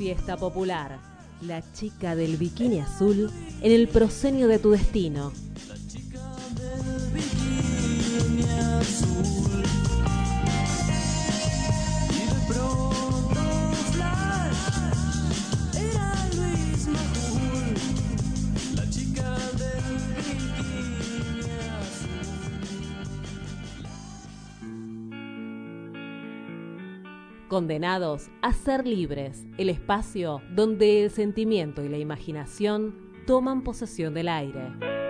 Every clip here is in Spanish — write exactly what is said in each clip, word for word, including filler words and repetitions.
Fiesta popular. La chica del bikini azul en el proscenio de tu destino. La chica del bikini azul. Y de pronto flash, era Luis Majul. La chica del bikini azul. Condenados a ser libres, el espacio donde el sentimiento y la imaginación toman posesión del aire.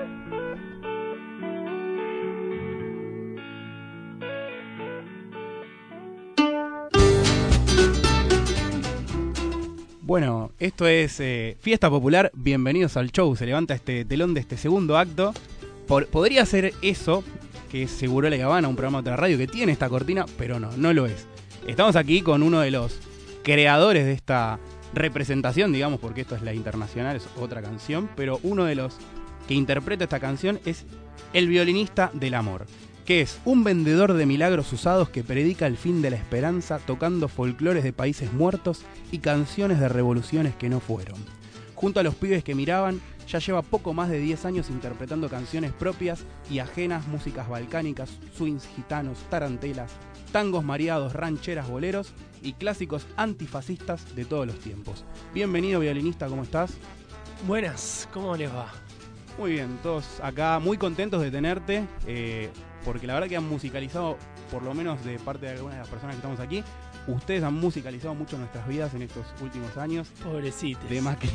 Bueno, esto es eh, Fiesta Popular, bienvenidos al show. Se levanta este telón de este segundo acto. Por, podría ser eso, que es Seguro La Habana, un programa de otra radio que tiene esta cortina, pero no, no lo es. Estamos aquí con uno de los creadores de esta representación, digamos, porque esto es la internacional, es otra canción, pero uno de los que interpreta esta canción es el violinista del amor, que es un vendedor de milagros usados que predica el fin de la esperanza tocando folclores de países muertos y canciones de revoluciones que no fueron. Junto a los pibes que miraban, ya lleva poco más de diez años interpretando canciones propias y ajenas, músicas balcánicas, swings gitanos, tarantelas, tangos mareados, rancheras, boleros y clásicos antifascistas de todos los tiempos. Bienvenido, violinista, ¿cómo estás? Buenas, ¿cómo les va? Muy bien, todos acá muy contentos de tenerte, eh, porque la verdad que han musicalizado, por lo menos de parte de algunas de las personas que estamos aquí, ustedes han musicalizado mucho nuestras vidas en estos últimos años. Pobrecitos. De Macri,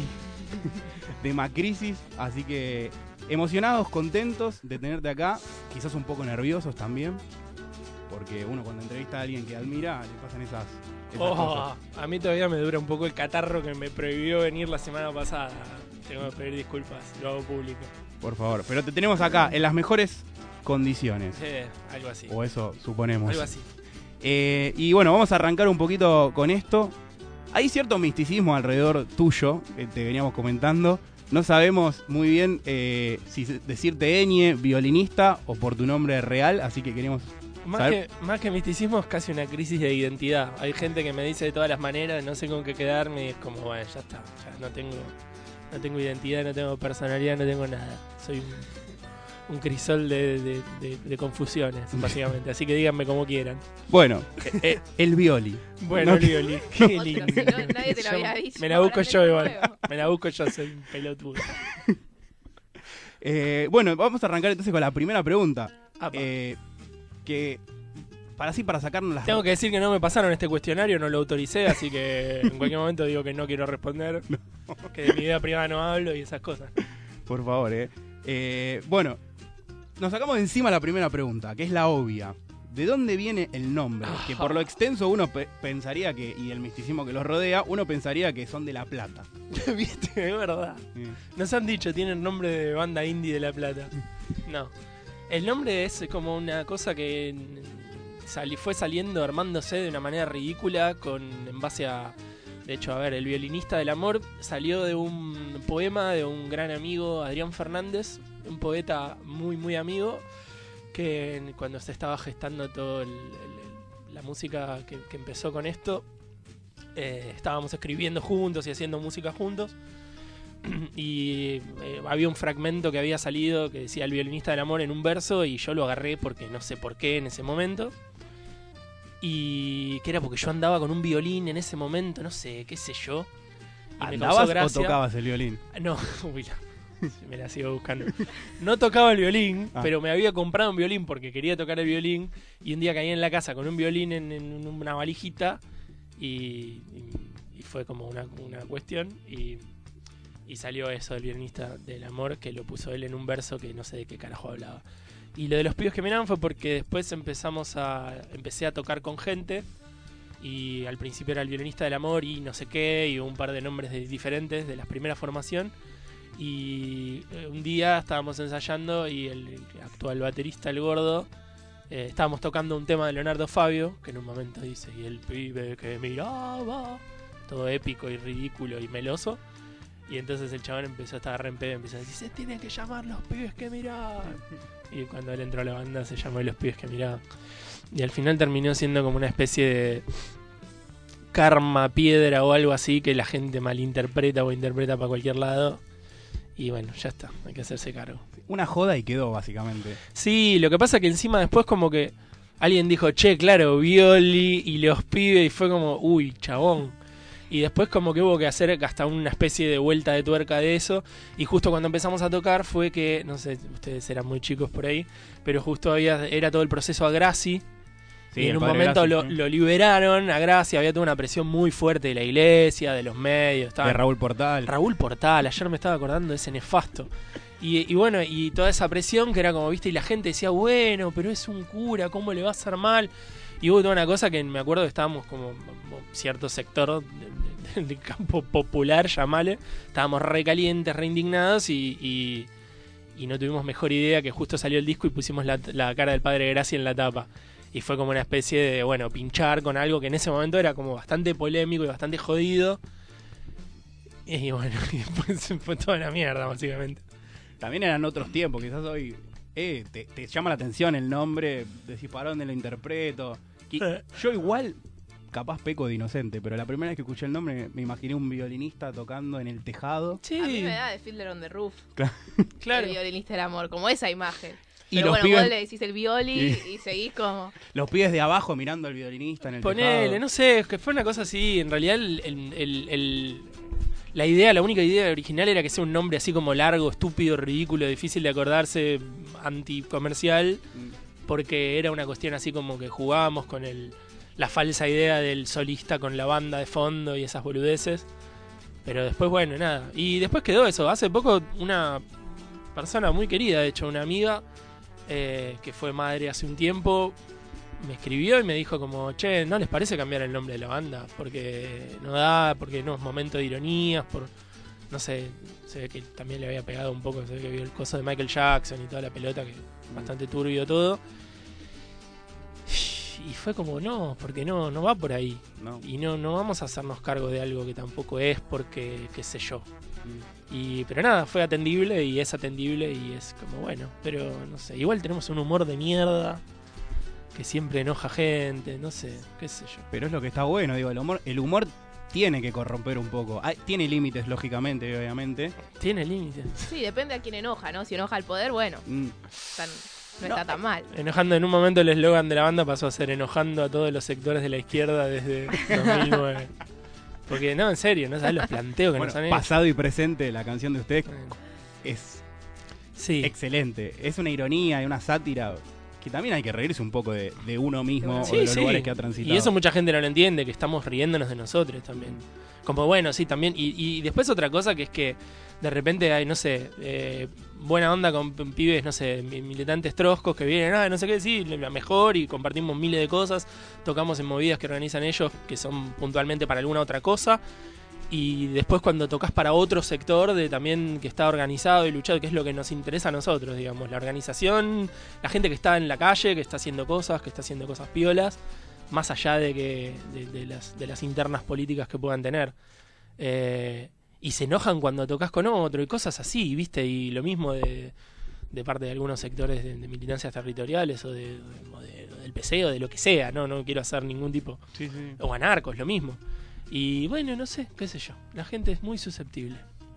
de Macrisis, así que emocionados, contentos de tenerte acá, quizás un poco nerviosos también, porque uno cuando entrevista a alguien que admira le pasan esas, esas Oh, cosas. a mí todavía me dura un poco el catarro que me prohibió venir la semana pasada. Tengo que pedir disculpas, lo hago público. Por favor, pero te tenemos acá en las mejores condiciones, Eh, algo así. o eso suponemos. Algo así. Eh, y bueno, vamos a arrancar un poquito con esto. Hay cierto misticismo alrededor tuyo, que te veníamos comentando. No sabemos muy bien eh, si decirte Eñe, violinista, o por tu nombre real, así que queremos Más saber. que, más que misticismo es casi una crisis de identidad. Hay gente que me dice de todas las maneras, no sé con qué quedarme, y es como, bueno, ya está, ya no tengo, no tengo identidad, no tengo personalidad, no tengo nada. Soy un, un crisol de, de, de, de confusiones, básicamente. Así que díganme como quieran. Bueno, eh, el violi. Bueno, No, Lioli, qué Otro, lindo. si no, nadie te lo había Yo- dicho. Me la busco Ahora yo te lo igual. juego. Me la busco yo, soy un pelotudo. Eh, bueno, vamos a arrancar entonces con la primera pregunta. Apa. Eh, que para así, para sacarnos las... Tengo que decir que no me pasaron este cuestionario, no lo autoricé, así que en cualquier momento digo que no quiero responder, que de mi vida privada no hablo y esas cosas. Por favor, eh. Eh, bueno, nos sacamos de encima la primera pregunta, que es la obvia. ¿De dónde viene el nombre? Que por lo extenso uno pe- pensaría que, y el misticismo que los rodea, uno pensaría que son de La Plata. ¿Viste? Es verdad. Eh, Nos han dicho, tienen nombre de banda indie de La Plata. No. El nombre es como una cosa que sali- fue saliendo, armándose de una manera ridícula con en base a... De hecho, a ver, El violinista del amor salió de un poema de un gran amigo, Adrián Fernández, un poeta muy, muy amigo, que cuando se estaba gestando todo el- el- la música que, que empezó con esto, eh, estábamos escribiendo juntos y haciendo música juntos. Y eh, había un fragmento que había salido que decía El violinista del amor en un verso y yo lo agarré porque no sé por qué en ese momento. Y que era porque yo andaba con un violín en ese momento, no sé, qué sé yo. Y me causó ¿Andabas o gracia. tocabas el violín? No, uy, la- me la sigo buscando. No tocaba el violín, Ah. pero me había comprado un violín porque quería tocar el violín. Y un día caí en la casa con un violín en, en una valijita y, y- y fue como una, una cuestión. Y, y salió eso del violinista del amor, que lo puso él en un verso que no sé de qué carajo hablaba. Y lo de los pibes que miraban fue porque después empezamos a empecé a tocar con gente. Y al principio era el violinista del amor y no sé qué, y un par de nombres de- diferentes de la primera formación. Y eh, un día estábamos ensayando y el, el actual baterista, el gordo, eh, estábamos tocando un tema de Leonardo Fabio, que en un momento dice, y el pibe que miraba, todo épico y ridículo y meloso. Y entonces el chabón empezó a estar re en pedo, empezó a decir, se tienen que llamar Los Pibes que Miraban. Y cuando él entró a la banda se llamó Los Pibes que Miraban. Y al final terminó siendo como una especie de karma, piedra o algo así que la gente malinterpreta o interpreta para cualquier lado. Y bueno, ya está, hay que hacerse cargo. Una joda y quedó, básicamente. Sí, lo que pasa es que encima después como que alguien dijo, che, claro, Violi y los pibes, y fue como, uy, chabón. Y después como que hubo que hacer hasta una especie de vuelta de tuerca de eso. Y justo cuando empezamos a tocar fue que, no sé, ustedes eran muy chicos por ahí, pero justo había era todo el proceso a Graci. Sí, y en el un padre momento Graci, lo, sí. lo liberaron a Graci, había toda una presión muy fuerte de la iglesia, de los medios. Estaban, De Raúl Portal. Raúl Portal, ayer me estaba acordando de ese nefasto. Y, y bueno, y toda esa presión que era como, viste, y la gente decía, bueno, pero es un cura, ¿cómo le va a hacer mal? Y hubo toda una cosa que me acuerdo que estábamos como, como cierto sector de- de- del campo popular, llamale, estábamos re calientes, re indignados y, y, y no tuvimos mejor idea que justo salió el disco y pusimos la, la cara del padre Graci en la tapa. Y fue como una especie de, bueno, pinchar con algo que en ese momento era como bastante polémico y bastante jodido. Y bueno, y después fue toda la mierda, básicamente. También eran otros tiempos, quizás hoy eh, te, te llama la atención el nombre, decís para dónde lo interpreto. Qui- Eh. Yo igual, capaz peco de inocente, pero la primera vez que escuché el nombre me imaginé un violinista tocando en el tejado. Sí, A mí me da de Fiddler on the Roof, claro. el violinista del amor, como esa imagen. Y Pero los bueno, pibes- vos le decís el violi Sí. y seguís como... Los pibes de abajo mirando al violinista en el Ponele, tejado. no sé, es que fue una cosa así. En realidad, el, el- el- el- la idea, la única idea original era que sea un nombre así como largo, estúpido, ridículo, difícil de acordarse, anticomercial, porque era una cuestión así como que jugábamos con el, la falsa idea del solista con la banda de fondo y esas boludeces. Pero después, bueno, nada. Y después quedó eso. Hace poco, una persona muy querida, de hecho, una amiga, eh, que fue madre hace un tiempo, me escribió y me dijo como, che, ¿no les parece cambiar el nombre de la banda? Porque no da, porque no es momento de ironías, por no sé, se ve que también le había pegado un poco, se ve que vio el coso de Michael Jackson y toda la pelota, que bastante turbio todo. Y fue como, no, porque no, no va por ahí. No. Y no, no vamos a hacernos cargo de algo que tampoco es porque, qué sé yo. Y, pero nada, fue atendible y es atendible y es como, bueno, pero no sé, igual tenemos un humor de mierda que siempre enoja gente, no sé, qué sé yo. Pero es lo que está bueno, digo, el humor, el humor tiene que corromper un poco. Hay- tiene límites, lógicamente, obviamente. Tiene límites. Sí, depende a quién enoja, ¿no? Si enoja al poder, bueno, Mm, tan- no, está tan mal. Enojando, en un momento el eslogan de la banda pasó a ser enojando a todos los sectores de la izquierda desde dos mil nueve. Porque no, en serio, no sabes los planteos que bueno, nos han hecho. pasado y presente, la canción de ustedes Bueno, es sí, excelente. Es una ironía y una sátira que también hay que reírse un poco de, de uno mismo Sí, o de los sí. lugares que ha transitado. Y eso mucha gente no lo entiende, que estamos riéndonos de nosotros también. Como bueno, sí, también. Y, y después otra cosa que es que de repente hay, no sé, eh, buena onda con p- pibes, no sé, mi- militantes troscos que vienen, ah, no sé qué, sí, la mejor y compartimos miles de cosas, tocamos en movidas que organizan ellos que son puntualmente para alguna otra cosa. Y después cuando tocas para otro sector de también que está organizado y luchado, que es lo que nos interesa a nosotros, digamos, la organización, la gente que está en la calle, que está haciendo cosas, que está haciendo cosas piolas, más allá de que de, de las, de las internas políticas que puedan tener. Eh, y se enojan cuando tocas con otro y cosas así, ¿viste? Y lo mismo de, de parte de algunos sectores de, de militancias territoriales o, de, o de- o del P C o de lo que sea, ¿no? No quiero hacer ningún tipo... Sí, sí. O anarcos, lo mismo. Y bueno, no sé, qué sé yo. La gente es muy susceptible.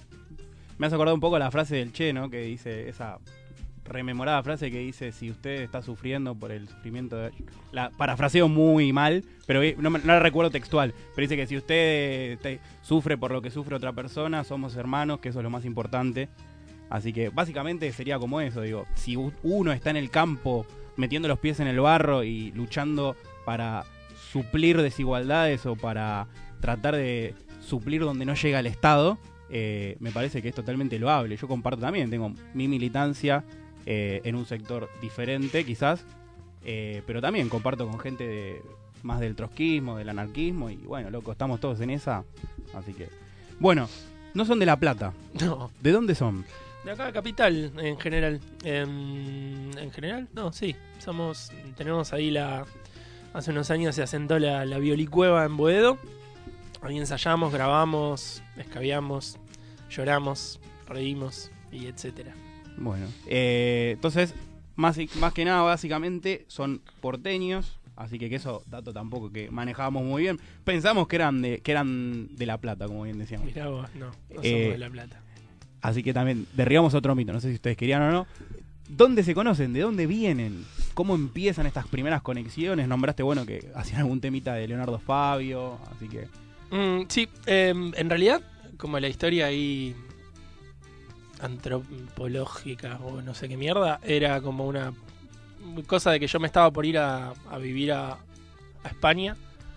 Me has acordado un poco la frase del Che, ¿no? Que dice, esa rememorada frase que dice, si usted está sufriendo por el sufrimiento de... La parafraseo muy mal, pero no, me- no la recuerdo textual. Pero dice que si usted te- sufre por lo que sufre otra persona, somos hermanos, que eso es lo más importante. Así que básicamente sería como eso, digo, si u- uno está en el campo metiendo los pies en el barro y luchando para suplir desigualdades o para tratar de suplir donde no llega el Estado, eh, me parece que es totalmente loable. Yo comparto también, tengo mi militancia eh, en un sector diferente quizás, eh, pero también comparto con gente de, más del trotskismo, del anarquismo, y bueno, loco, estamos todos en esa, así que... Bueno, no son de La Plata, No, ¿de dónde son? de acá Capital en general. Em, en general, no, sí. Somos, tenemos ahí la... Hace unos años se asentó la, la violicueva en Boedo. Ahí ensayamos, grabamos, escabiamos, lloramos, reímos y etcétera. Bueno, eh, entonces, más, y- más que nada, básicamente, son porteños, Así que, que eso, dato tampoco que manejábamos muy bien. Pensamos que eran de, que eran de La Plata, como bien decíamos. Mirá vos, no, no somos Eh, de La Plata. Así que también derribamos otro mito, no sé si ustedes querían o no. ¿Dónde se conocen? ¿De dónde vienen? ¿Cómo empiezan estas primeras conexiones? Nombraste, bueno, que hacían algún temita de Leonardo Fabio, así que... Mm, sí, eh, en realidad, como la historia ahí antropológica o no sé qué mierda, era como una cosa de que yo me estaba por ir a, a vivir a, a España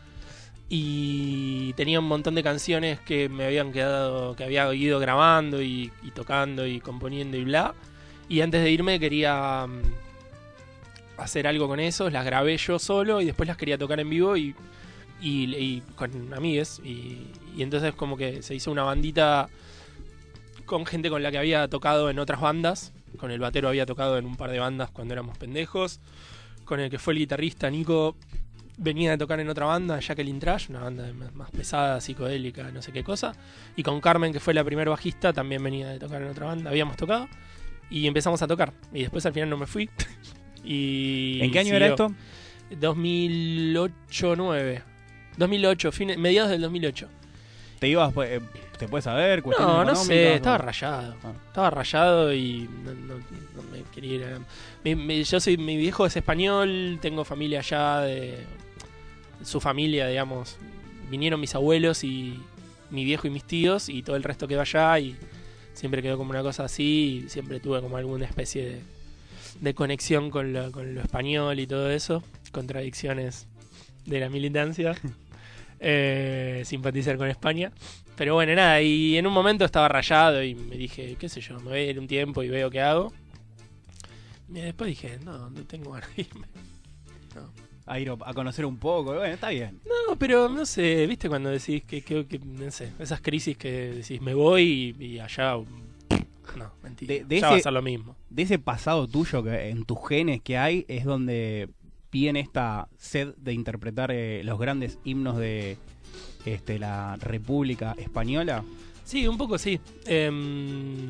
y tenía un montón de canciones que me habían quedado, que había ido grabando y, y tocando y componiendo y bla. Y antes de irme quería um, hacer algo con eso, las grabé yo solo y después las quería tocar en vivo y, y, y con amigues. Y, y entonces como que se hizo una bandita con gente con la que había tocado en otras bandas. Con el batero había tocado en un par de bandas cuando éramos pendejos. Con el que fue el guitarrista Nico venía de tocar en otra banda, Jacqueline Trash, una banda más pesada, psicodélica, no sé qué cosa. Y con Carmen, que fue la primer bajista, también venía de tocar en otra banda. Habíamos tocado y empezamos a tocar. Y después al final no me fui. y ¿En qué año siguió. era esto? dos mil ocho nueve dos mil ocho, fines, mediados del dos mil ocho. ¿Te ibas, pues, eh, se puede saber? cuestiones No, no económicas, sé, o- estaba rayado. Ah. Estaba rayado y no, no- no me quería ir a- mi, mi- yo soy, mi viejo es español, tengo familia allá, de su familia, digamos. Vinieron mis abuelos y mi viejo y mis tíos y todo el resto quedó allá y siempre quedó como una cosa así y siempre tuve como alguna especie de, de conexión con lo, con lo español y todo eso. Contradicciones de la militancia. eh, simpatizar con España. Pero bueno, nada, y en un momento estaba rayado y me dije, qué sé yo, me voy a ir un tiempo y veo qué hago. Y después dije, no, no tengo ganas de irme. A ir a conocer un poco, bueno, está bien. No, pero no sé, viste cuando decís que, que, que no sé, esas crisis que decís, me voy y, y allá... No, mentira, De- de ya va a ese- ser lo mismo. De ese pasado tuyo que en tus genes que hay, es donde viene esta sed de interpretar eh, los grandes himnos de este, la República Española. Sí, un poco sí. Em,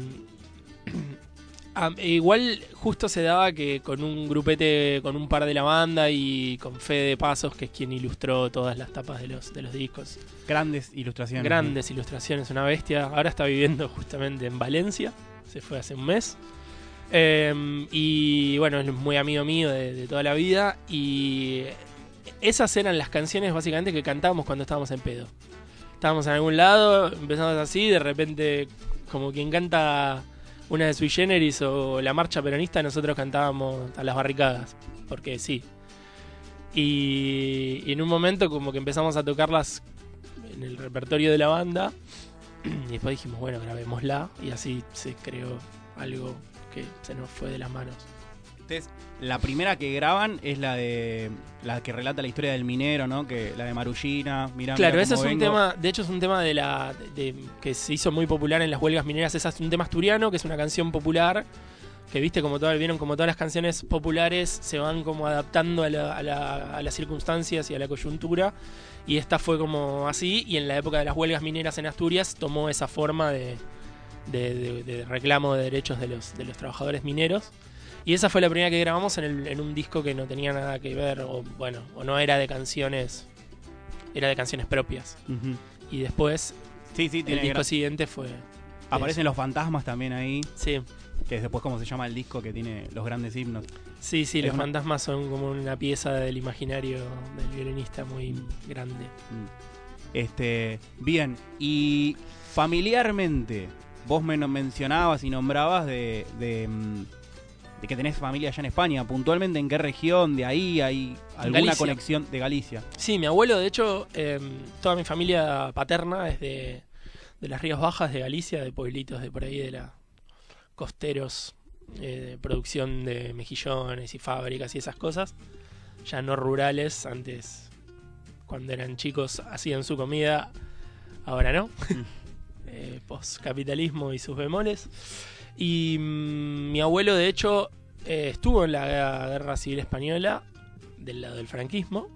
ah, igual justo se daba que con un grupete, con un par de la banda y con Fede Pasos, que es quien ilustró todas las tapas de los, de los discos. Grandes ilustraciones. Grandes ilustraciones, una bestia. Ahora está viviendo justamente en Valencia, se fue hace un mes. Em, y bueno, es muy amigo mío de, de toda la vida. Y esas eran las canciones básicamente que cantábamos cuando estábamos en pedo. Estábamos en algún lado, empezamos así, de repente, como quien canta una de Sui Generis o la marcha peronista, nosotros cantábamos a las barricadas, porque sí. Y, y en un momento como que empezamos a tocarlas en el repertorio de la banda, y después dijimos, bueno, grabémosla, y así se creó algo que se nos fue de las manos. Ustedes, la primera que graban es la de la que relata la historia del minero, ¿no? Que la de Marullina, mirá, Claro, mirá ese es cómo un vengo. tema, de hecho es un tema de la de- de- que se hizo muy popular en las huelgas mineras. Ese es un tema asturiano, que es una canción popular, que viste como todas, vieron como todas las canciones populares se van como adaptando a, la- a la- a las circunstancias y a la coyuntura. Y esta fue como así, y en la época de las huelgas mineras en Asturias tomó esa forma de, de- de- de reclamo de derechos de los, de los trabajadores mineros. Y esa fue la primera que grabamos en, el- en un disco que no tenía nada que ver, o bueno, o no era de canciones, era de canciones propias. Ujú. Y después, Sí, sí, el tiene disco gra- siguiente fue... aparecen los fantasmas también ahí, Sí, que es después como se llama el disco que tiene los grandes himnos. sí, sí, Es los una- fantasmas son como una pieza del imaginario del violinista muy grande. Mm. Este, bien, y familiarmente, vos me no- mencionabas y nombrabas de, de, mm, de que tenés familia allá en España. Puntualmente, ¿en qué región de ahí hay alguna Galicia. conexión de Galicia? Sí, mi abuelo, de hecho, eh, toda mi familia paterna es de, de las Rías Bajas de Galicia, de pueblitos de por ahí, de la costeros, eh, de producción de mejillones y fábricas y esas cosas, ya no rurales. Antes, cuando eran chicos, hacían su comida, ahora no. eh, Postcapitalismo y sus bemoles. Y mm, mi abuelo, de hecho, eh, estuvo en la Guerra Civil Española, del lado del franquismo.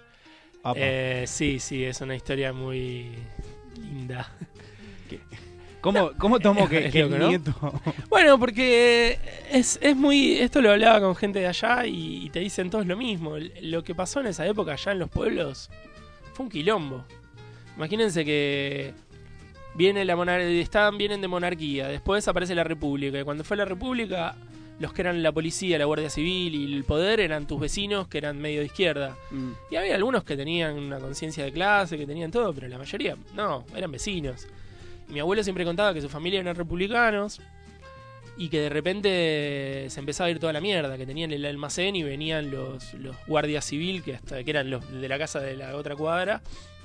Apa. Eh, sí, sí, es una historia muy linda. ¿Cómo, cómo tomo que, Es que loco, el ¿no? nieto? Bueno, porque es, es muy... Esto lo hablaba con gente de allá y, y te dicen todos lo mismo. Lo que pasó en esa época allá en los pueblos fue un quilombo. Imagínense que viene la monarquía, estaban, vienen de monarquía, después aparece la república. Y cuando fue la república, los que eran la policía, la guardia civil y el poder eran tus vecinos que eran medio de izquierda. Mm. Y había algunos que tenían una conciencia de clase, que tenían todo, pero la mayoría no, eran vecinos. Y mi abuelo siempre contaba que su familia eran republicanos y que de repente se empezaba a ir toda la mierda, que tenían el almacén y venían los, los guardias civil, que hasta que eran los de la casa de la otra cuadra.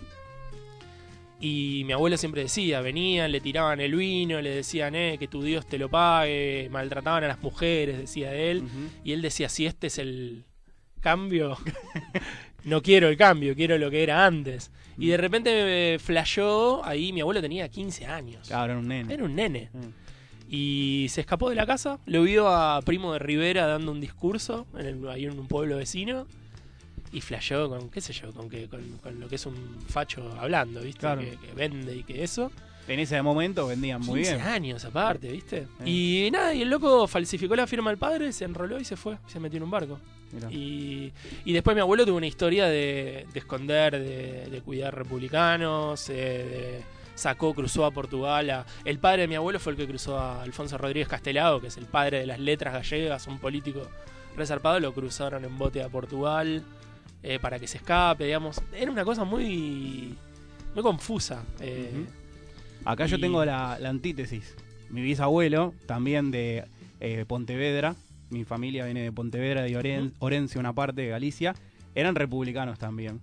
Y mi abuelo siempre decía, venían, le tiraban el vino, le decían, eh, que tu Dios te lo pague, maltrataban a las mujeres, decía él. Ujú. Y él decía, si este es el cambio, no quiero el cambio, quiero lo que era antes. Y de repente me flashó, ahí mi abuelo tenía quince años. Claro, era un nene. Era un nene. Mm. Y se escapó de la casa, lo vio a Primo de Rivera dando un discurso en el- ahí en un pueblo vecino. Y flasheó con, qué sé yo, con, que, con, con lo que es un facho hablando, ¿viste? Claro. Que, que vende y que eso. En ese momento vendían muy quince bien. años aparte, ¿viste? Sí. Y nada, y el loco falsificó la firma del padre, se enroló y se fue, se metió en un barco. Mirá. Y, y después mi abuelo tuvo una historia de, de esconder, de, de cuidar republicanos, eh, de- sacó, cruzó a Portugal. A, el padre de mi abuelo fue el que cruzó a Alfonso Rodríguez Castelao, que es el padre de las letras gallegas, un político resarpado, lo cruzaron en bote a Portugal eh, para que se escape, digamos. Era una cosa muy, muy confusa. eh, Ujú. Acá yo y- tengo la, la antítesis. Mi bisabuelo, también de eh, Pontevedra, mi familia viene de Pontevedra, de Oren- Orense, una parte de Galicia, eran republicanos también.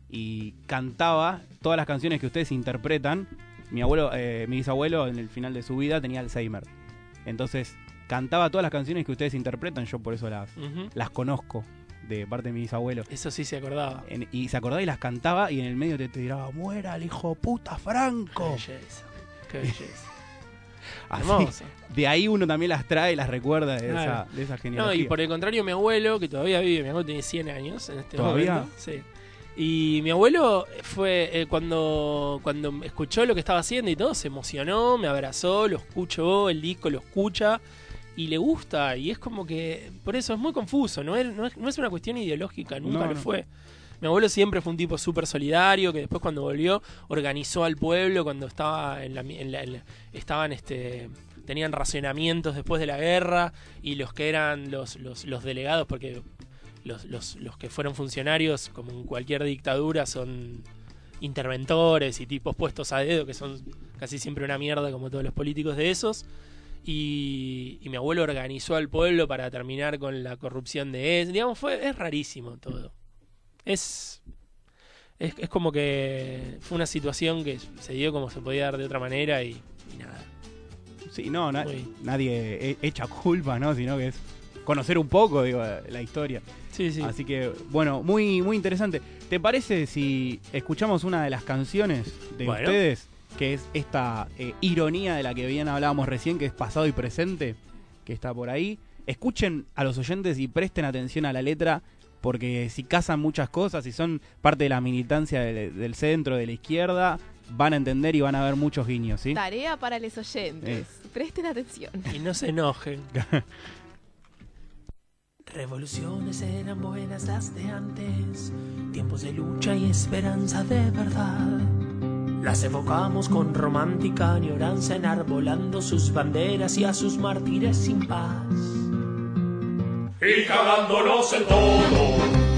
Y cantaba todas las canciones que ustedes interpretan. Mi abuelo, eh, mi bisabuelo, en el final de su vida tenía Alzheimer. Entonces, cantaba todas las canciones que ustedes interpretan, yo por eso las, ujú. las conozco de parte de mi bisabuelo. Eso sí se acordaba. En- y se acordaba y las cantaba y en el medio te tiraba, muera el hijo puta Franco. Qué belleza. Qué belleza. Así, Hermoso. de ahí uno también las trae y las recuerda de, Claro. esa, de esa No, genealogía. y por el contrario, mi abuelo, que todavía vive, mi abuelo tiene cien años en este ¿Todavía? momento. Sí. Y mi abuelo fue eh, cuando, cuando escuchó lo que estaba haciendo y todo, se emocionó, me abrazó, lo escuchó, el disco lo escucha y le gusta. Y es como que, por eso es muy confuso, no es, no es, no es una cuestión ideológica, nunca No, lo no. fue. Mi abuelo siempre fue un tipo súper solidario, que después cuando volvió organizó al pueblo cuando estaba en la, en la- en la- estaban este tenían racionamientos después de la guerra y los que eran los, los, los delegados, porque los, los, los que fueron funcionarios, como en cualquier dictadura, son interventores y tipos puestos a dedo, que son casi siempre una mierda como todos los políticos de esos. Y, y mi abuelo organizó al pueblo para terminar con la corrupción de eso. Digamos, fue, es rarísimo todo. Es, es, es como que fue una situación que se dio como se podía dar de otra manera y, y nada. Sí, no, na- Muy- nadie e- echa culpa, ¿no? Sino que es conocer un poco, digo, la historia. Sí, sí. Así que, bueno, muy, muy interesante. ¿Te parece si escuchamos una de las canciones de Bueno. ustedes? Que es esta eh, ironía de la que bien hablábamos recién, que es pasado y presente, que está por ahí. Escuchen a los oyentes y presten atención a la letra, porque si casan muchas cosas, si son parte de la militancia del, del centro, de la izquierda, van a entender y van a ver muchos guiños, ¿sí? Tarea para los oyentes. Presten atención. Y no se enojen. Revoluciones eran buenas las de antes, tiempos de lucha y esperanza de verdad. Las evocamos con romántica añoranza, enarbolando sus banderas y a sus mártires sin paz. Y cagándonos en todo.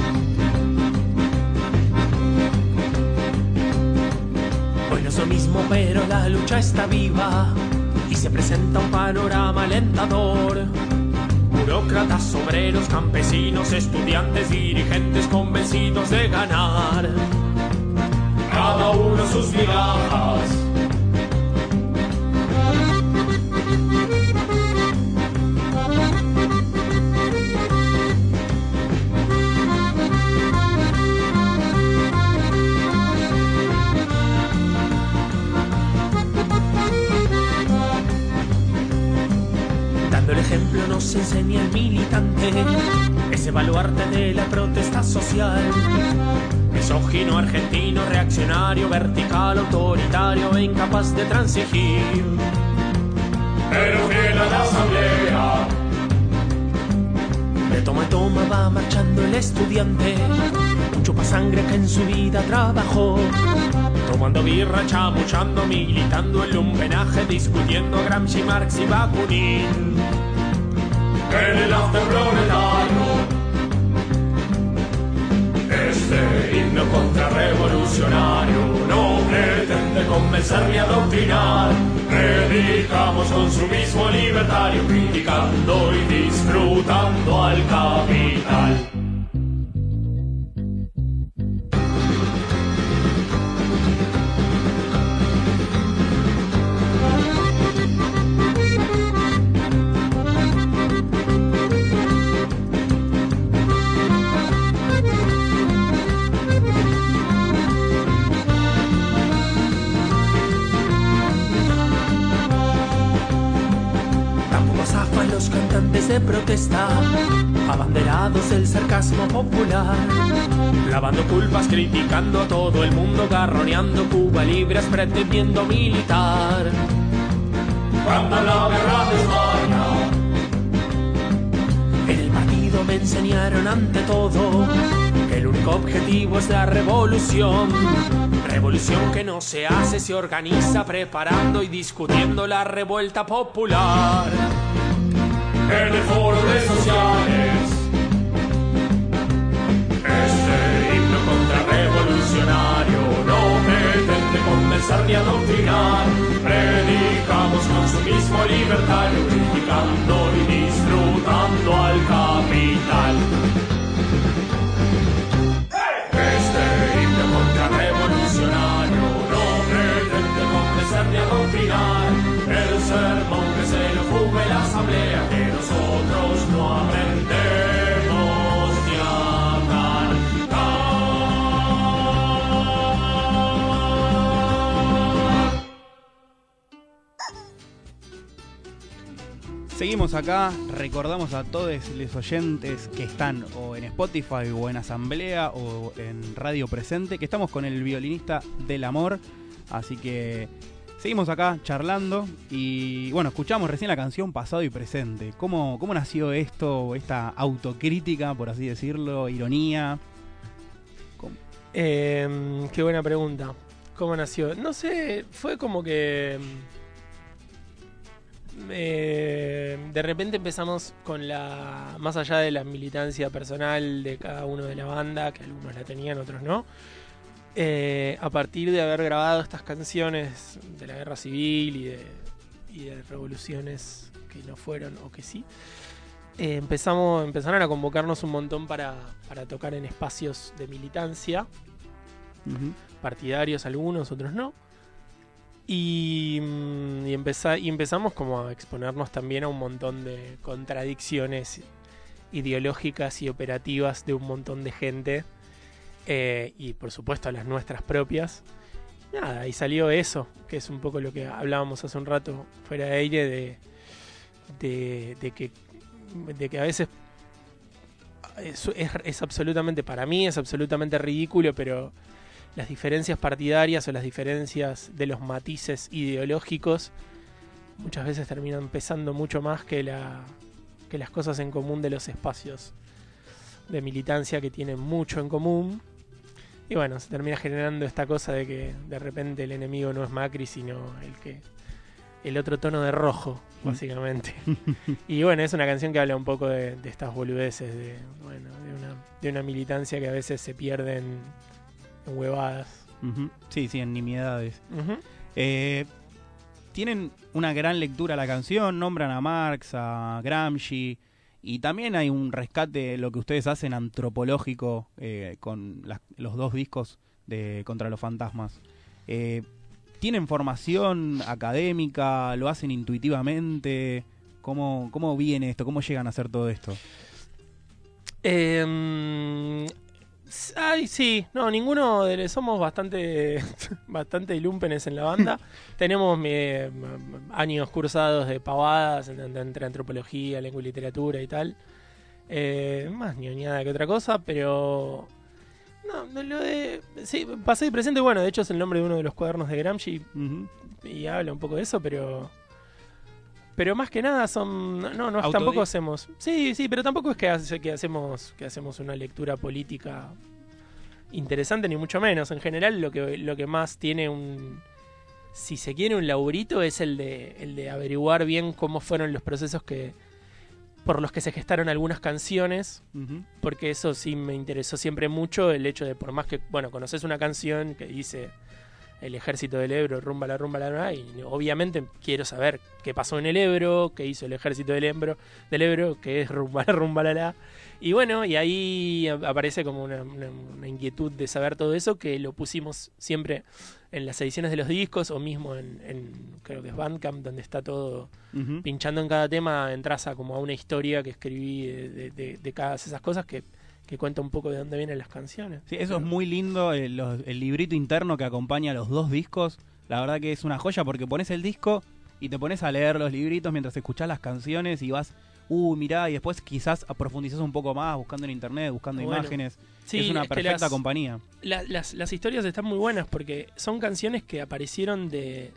Hoy no es lo mismo, pero la lucha está viva y se presenta un panorama alentador. Burócratas, obreros, campesinos, estudiantes, dirigentes convencidos de ganar. Cada uno sus migajas. Dando el ejemplo nos enseña el militante, ese baluarte de la protesta social. El Misógino, argentino, reaccionario, vertical, autoritario e incapaz de transigir. Pero fiel a la asamblea. De toma y toma va marchando el estudiante, un chupasangre que en su vida trabajó, tomando birra, chamuchando, militando el lumpenaje, discutiendo Gramsci, Marx y Bakunin. En el after proletario, este himno contrarrevolucionario no pretende convencer ni adoctrinar. Predicamos consumismo libertario, criticando y disfrutando al capital. De protesta, abanderados del sarcasmo popular, lavando culpas, criticando a todo el mundo, garroneando Cuba libres, pretendiendo militar. Cuando la guerra de España, en el partido me enseñaron ante todo que el único objetivo es la revolución. Revolución que no se hace, se organiza preparando y discutiendo la revuelta popular. En el foro de sociales, este himno contrarrevolucionario no pretende convencer ni adoctrinar. Predicamos consumismo libertario, criticando y disfrutando al capital. Este himno contrarrevolucionario no pretende convencer ni adoctrinar. El sermón que se lo fume la asamblea, que nosotros no aprendemos ni a cantar. Seguimos acá, recordamos a todos los oyentes que están o en Spotify o en Asamblea o en Radio Presente, que estamos con el violinista del amor, así que seguimos acá charlando y bueno, escuchamos recién la canción Pasado y Presente. ¿Cómo, cómo nació esto, esta autocrítica, por así decirlo, ironía? Eh, qué buena pregunta. ¿Cómo nació? No sé, fue como que eh, de repente empezamos con la, más allá de la militancia personal de cada uno de la banda, que algunos la tenían, otros no. Eh, a partir de haber grabado estas canciones de la guerra civil y de, y de revoluciones que no fueron o que sí, eh, empezamos, empezaron a convocarnos un montón para, para tocar en espacios de militancia, uh-huh. partidarios algunos, otros no, y, y, empeza, y empezamos como a exponernos también a un montón de contradicciones ideológicas y operativas de un montón de gente. Eh, y por supuesto a las nuestras propias. Nada, y salió eso, que es un poco lo que hablábamos hace un rato fuera de aire, de, de, de, que, de que a veces es, es, es absolutamente, para mí es absolutamente ridículo, pero las diferencias partidarias o las diferencias de los matices ideológicos muchas veces terminan pesando mucho más que, la, que las cosas en común de los espacios de militancia, que tienen mucho en común. Y bueno, se termina generando esta cosa de que de repente el enemigo no es Macri, sino el que el otro tono de rojo, básicamente. Y bueno, es una canción que habla un poco de, de estas boludeces, de, bueno, de, una, de una militancia que a veces se pierde en, en huevadas. Uh-huh. Sí, sí, en nimiedades. Uh-huh. Eh, tienen una gran lectura la canción, nombran a Marx, a Gramsci. Y también hay un rescate, lo que ustedes hacen, antropológico, eh, con las, los dos discos de Contra los Fantasmas. Eh, ¿Tienen formación académica? ¿Lo hacen intuitivamente? ¿Cómo, cómo viene esto? ¿Cómo llegan a hacer todo esto? Eh, ay, sí, no, ninguno de somos bastante bastante lumpenes en la banda. Tenemos eh, años cursados de pavadas entre, entre antropología, lengua y literatura y tal. Eh, más ñoñada que otra cosa, pero No, de lo de... Sí, pasado y presente, bueno, de hecho es el nombre de uno de los cuadernos de Gramsci Uh-huh. y habla un poco de eso, pero... Pero más que nada son... No, no, Autodi- tampoco hacemos... Sí, sí, pero tampoco es que, hace, que, hacemos, que hacemos una lectura política interesante, ni mucho menos. En general, lo que, lo que más tiene un... Si se quiere un laburito es el de, el de averiguar bien cómo fueron los procesos que por los que se gestaron algunas canciones, Uh-huh. porque eso sí me interesó siempre mucho, el hecho de por más que, bueno, conoces una canción que dice el ejército del Ebro, rumba la rumba la rumba, y obviamente quiero saber qué pasó en el Ebro, qué hizo el ejército del Ebro, del Ebro, qué es rumba la rumba la la. Y bueno, y ahí aparece como una, una, una inquietud de saber todo eso, que lo pusimos siempre en las ediciones de los discos, o mismo en, en creo que es Bandcamp, donde está todo Uh-huh. pinchando en cada tema, entras a como a una historia que escribí de, de, de, de cada esas cosas que, que cuenta un poco de dónde vienen las canciones. Sí, eso Pero- es muy lindo, el, los- el librito interno que acompaña a los dos discos. La verdad que es una joya porque pones el disco y te pones a leer los libritos mientras escuchás las canciones y vas, uh, mirá, y después quizás profundizás un poco más buscando en internet, buscando Bueno, imágenes. Sí, es una es que perfecta las- compañía. La- las, las historias están muy buenas porque son canciones que aparecieron de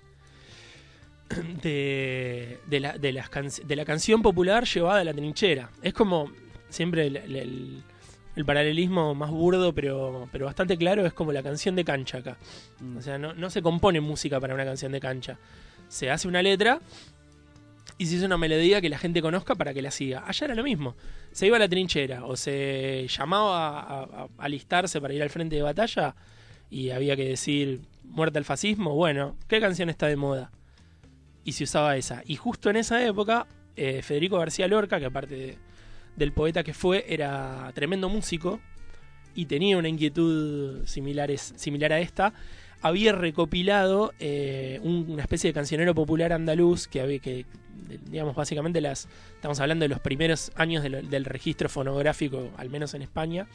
de, de, la, de, las can- de la canción popular llevada a la trinchera. Es como siempre el, el- el- el paralelismo más burdo pero, pero bastante claro, es como la canción de cancha acá. Mm. O sea, no, no se compone música para una canción de cancha. Se hace una letra y se hace una melodía que la gente conozca para que la siga. Allá era lo mismo. Se iba a la trinchera o se llamaba a, a- a alistarse para ir al frente de batalla y había que decir muerte al fascismo. Bueno, ¿qué canción está de moda? Y se usaba esa. Y justo en esa época, eh, Federico García Lorca, que aparte de- del poeta que fue, era tremendo músico y tenía una inquietud similares, similar a esta, había recopilado eh, un- una especie de cancionero popular andaluz que había que, de- digamos, básicamente las, estamos hablando de los primeros años de lo- del registro fonográfico, al menos en España,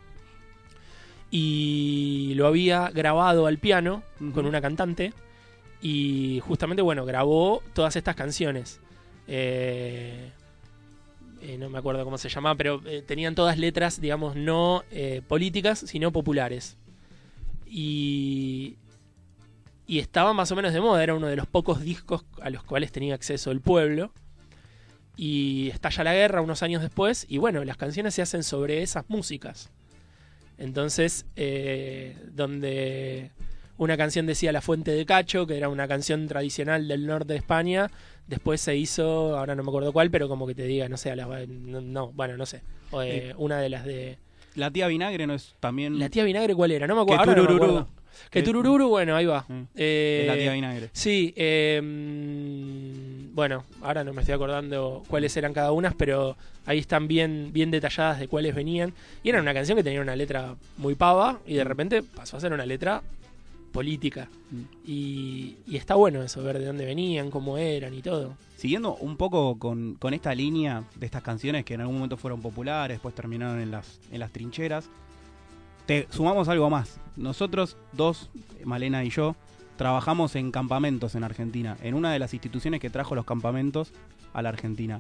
y lo había grabado al piano Ujú. con una cantante y justamente, bueno, grabó todas estas canciones. Eh, eh, no me acuerdo cómo se llamaba, pero eh, tenían todas letras, digamos, no eh, políticas, sino populares. Y, y estaba más o menos de moda, era uno de los pocos discos a los cuales tenía acceso el pueblo. Y estalla la guerra unos años después, y bueno, las canciones se hacen sobre esas músicas. Entonces, eh, donde una canción decía La Fuente de Cacho, que era una canción tradicional del norte de España, después se hizo, ahora no me acuerdo cuál, pero como que te diga, no sé, a la- no, no, bueno, no sé, o, eh, una de las de... La tía Vinagre no es también... ¿La tía Vinagre cuál era? No me acuerdo. Que ahora no me turururú. acuerdo. Que Que- Turururu, bueno, ahí va. Mm. Eh, Es la tía Vinagre. Sí, eh, mm, bueno, ahora no me estoy acordando cuáles eran cada una, pero ahí están bien, bien detalladas de cuáles venían. Y era una canción que tenía una letra muy pava y de repente pasó a ser una letra política. Mm. Y, y está bueno eso, ver de dónde venían, cómo eran y todo. Siguiendo un poco con, con esta línea de estas canciones que en algún momento fueron populares, después terminaron en las, en las trincheras, te sumamos algo más. Nosotros dos, Malena y yo, trabajamos en campamentos en Argentina, en una de las instituciones que trajo los campamentos a la Argentina.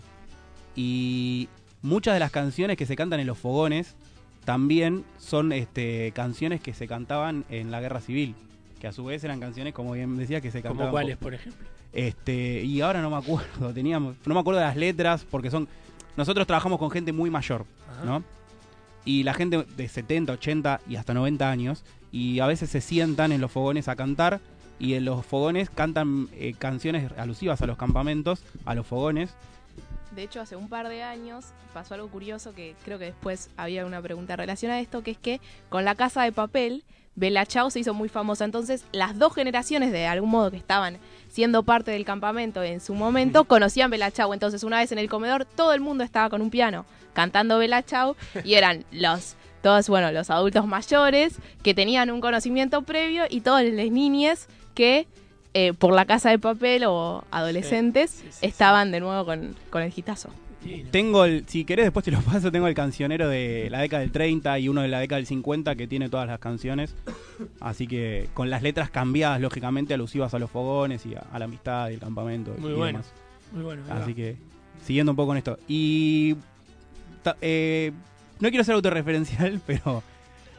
Y muchas de las canciones que se cantan en los fogones también son este, canciones que se cantaban en la Guerra Civil, que a su vez eran canciones, como bien decía, que se cantaban... Como por- cuáles, por ejemplo. este, y ahora no me acuerdo, teníamos, no me acuerdo de las letras, porque son, nosotros trabajamos con gente muy mayor, Ajá. ¿no? Y la gente de setenta, ochenta y hasta noventa años, y a veces se sientan en los fogones a cantar, y en los fogones cantan eh, canciones alusivas a los campamentos, a los fogones. De hecho, hace un par de años pasó algo curioso que creo que después había una pregunta relacionada a esto, que es que con La Casa de Papel, Bella Ciao se hizo muy famosa. Entonces, las dos generaciones de algún modo que estaban siendo parte del campamento en su momento, conocían Bella Ciao. Entonces, una vez en el comedor, todo el mundo estaba con un piano cantando Bella Ciao y eran los todos, bueno, los adultos mayores que tenían un conocimiento previo y todas las niñas que eh, por La Casa de Papel o adolescentes Sí, sí, sí, estaban de nuevo con, con el hitazo. Divino. Tengo el, si querés después te lo paso, tengo el cancionero de la década del treinta y uno de la década del cincuenta que tiene todas las canciones, así que con las letras cambiadas lógicamente alusivas a los fogones y a, a la amistad y el campamento. Muy y bueno. demás. Muy bueno. ahí va. Así que, siguiendo un poco con esto. Y ta- eh, no quiero ser autorreferencial, pero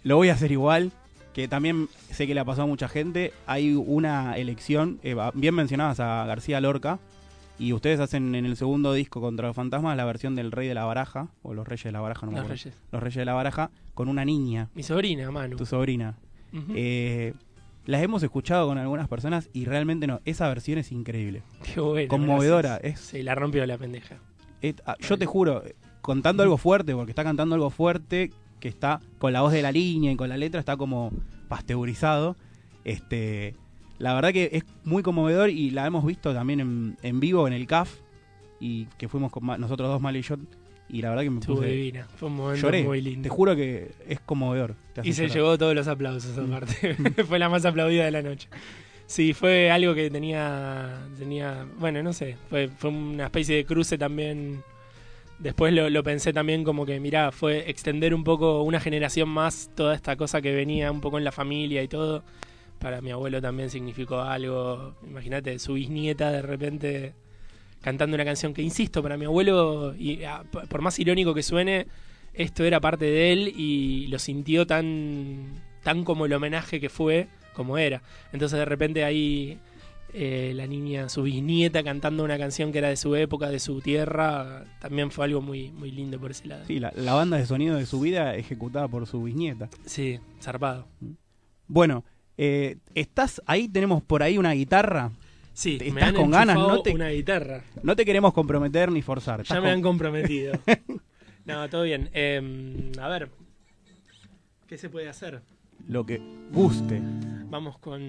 lo voy a hacer igual, que también sé que le ha pasado a mucha gente. Hay una elección, eh, bien mencionabas a García Lorca, y ustedes hacen en el segundo disco Contra los Fantasmas la versión del Rey de la Baraja, o Los Reyes de la Baraja, no me Los acuerdo. Reyes. Los Reyes de la Baraja, con una niña, Mi sobrina, Manu. tu sobrina. Ujú. Eh, las hemos escuchado con algunas personas y realmente no, esa versión es increíble. Qué bueno. Conmovedora. gracias. Es, Sí, la rompió la pendeja. es- ah, yo te juro, contando algo fuerte, porque está cantando algo fuerte, que está con la voz de la línea y con la letra, está como pasteurizado. Este, la verdad que es muy conmovedor y la hemos visto también en, en vivo en el C A F, y que fuimos con Ma- nosotros dos, Mal y yo, y la verdad que me Estuvo puse... divina. Fue un momento Lloré, muy te lindo. juro que es conmovedor. te hace Y se llorar. llevó todos los aplausos aparte. Fue la más aplaudida de la noche. Sí, fue algo que tenía, tenía bueno, no sé, fue, fue una especie de cruce también. Después lo, lo pensé también como que, mirá, fue extender un poco, una generación más, toda esta cosa que venía un poco en la familia y todo. Para mi abuelo también significó algo. Imagínate, su bisnieta de repente cantando una canción que, insisto, para mi abuelo, y ah, p- por más irónico que suene, esto era parte de él y lo sintió tan, tan como el homenaje que fue, como era. Entonces de repente ahí eh, la niña, su bisnieta, cantando una canción que era de su época, de su tierra, también fue algo muy, muy lindo por ese lado. Sí, la, la banda de sonido de su vida ejecutada por su bisnieta. Sí, zarpado. Bueno, eh, estás ahí, tenemos por ahí una guitarra. Sí, ¿Estás me han con ganas? enchufado No te- una guitarra. No te queremos comprometer ni forzar. Ya Estás me con- han comprometido. No, todo bien. Eh, a ver, ¿qué se puede hacer? lo que guste. Vamos con...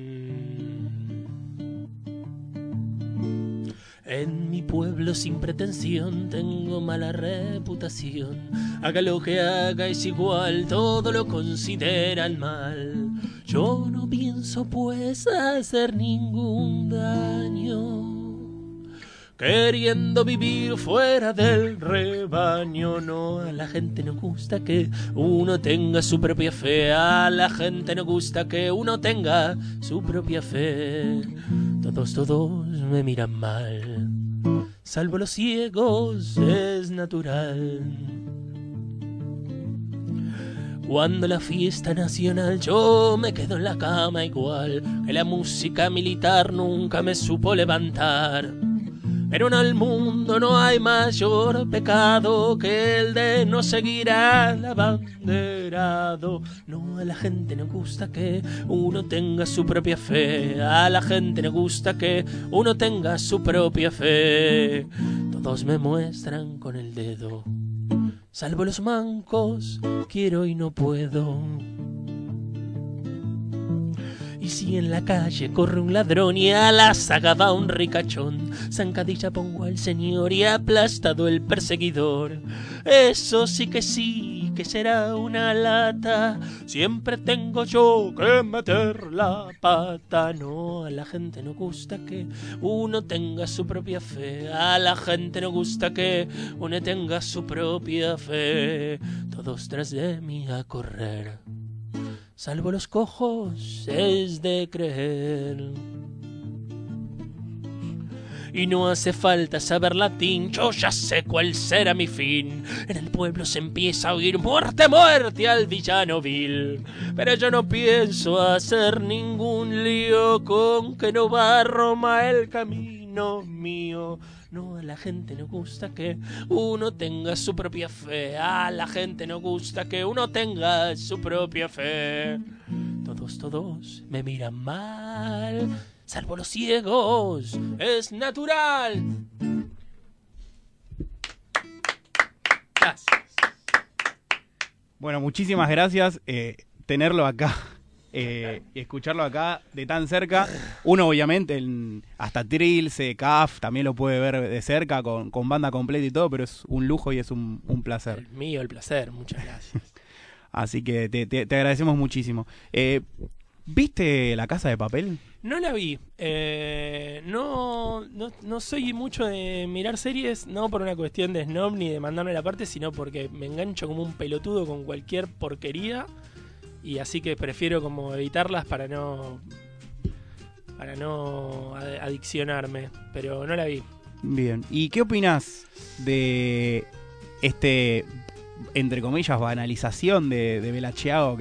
En mi pueblo sin pretensión tengo mala reputación. Haga lo que haga es igual, todo lo consideran mal. Yo no pienso pues hacer ningún daño, queriendo vivir fuera del rebaño. No, a la gente no gusta que uno tenga su propia fe. A la gente no gusta que uno tenga su propia fe. Todos, todos me miran mal, salvo los ciegos, es natural. Cuando la fiesta nacional yo me quedo en la cama igual, que la música militar nunca me supo levantar. Pero en el mundo no hay mayor pecado que el de no seguir al abanderado. No, a la gente no gusta que uno tenga su propia fe. A la gente no gusta que uno tenga su propia fe. Todos me muestran con el dedo, salvo los mancos, quiero y no puedo. Y si en la calle corre un ladrón y a la saga va un ricachón, zancadilla pongo al señor y aplastado el perseguidor. Eso sí que sí, que será una lata, siempre tengo yo que meter la pata. No, a la gente no gusta que uno tenga su propia fe. A la gente no gusta que uno tenga su propia fe. Todos tras de mí a correr, salvo los cojos, es de creer. Y no hace falta saber latín, yo ya sé cuál será mi fin. En el pueblo se empieza a oír muerte, muerte al villano vil. Pero yo no pienso hacer ningún lío con que no va a Roma el camino mío. No, a la gente no gusta que uno tenga su propia fe. A la gente no gusta que uno tenga su propia fe. Todos, todos me miran mal, salvo los ciegos, es natural. Gracias. Bueno, muchísimas gracias. Eh, tenerlo acá eh, y escucharlo acá de tan cerca. Uno, obviamente, en, hasta Trilce, C A F, también lo puede ver de cerca con, con banda completa y todo, pero es un lujo y es un, un placer. El mío, el placer, muchas gracias. Así que te, te, te agradecemos muchísimo. Eh, ¿Viste La Casa de Papel? No la vi. Eh, no, no, no soy mucho de mirar series, no por una cuestión de snob ni de mandarme la parte, sino porque me engancho como un pelotudo con cualquier porquería. Y así que prefiero como evitarlas para no para no ad- adiccionarme. Pero no la vi. Bien. ¿Y qué opinas de este, entre comillas, banalización de, de Bella Ciao, que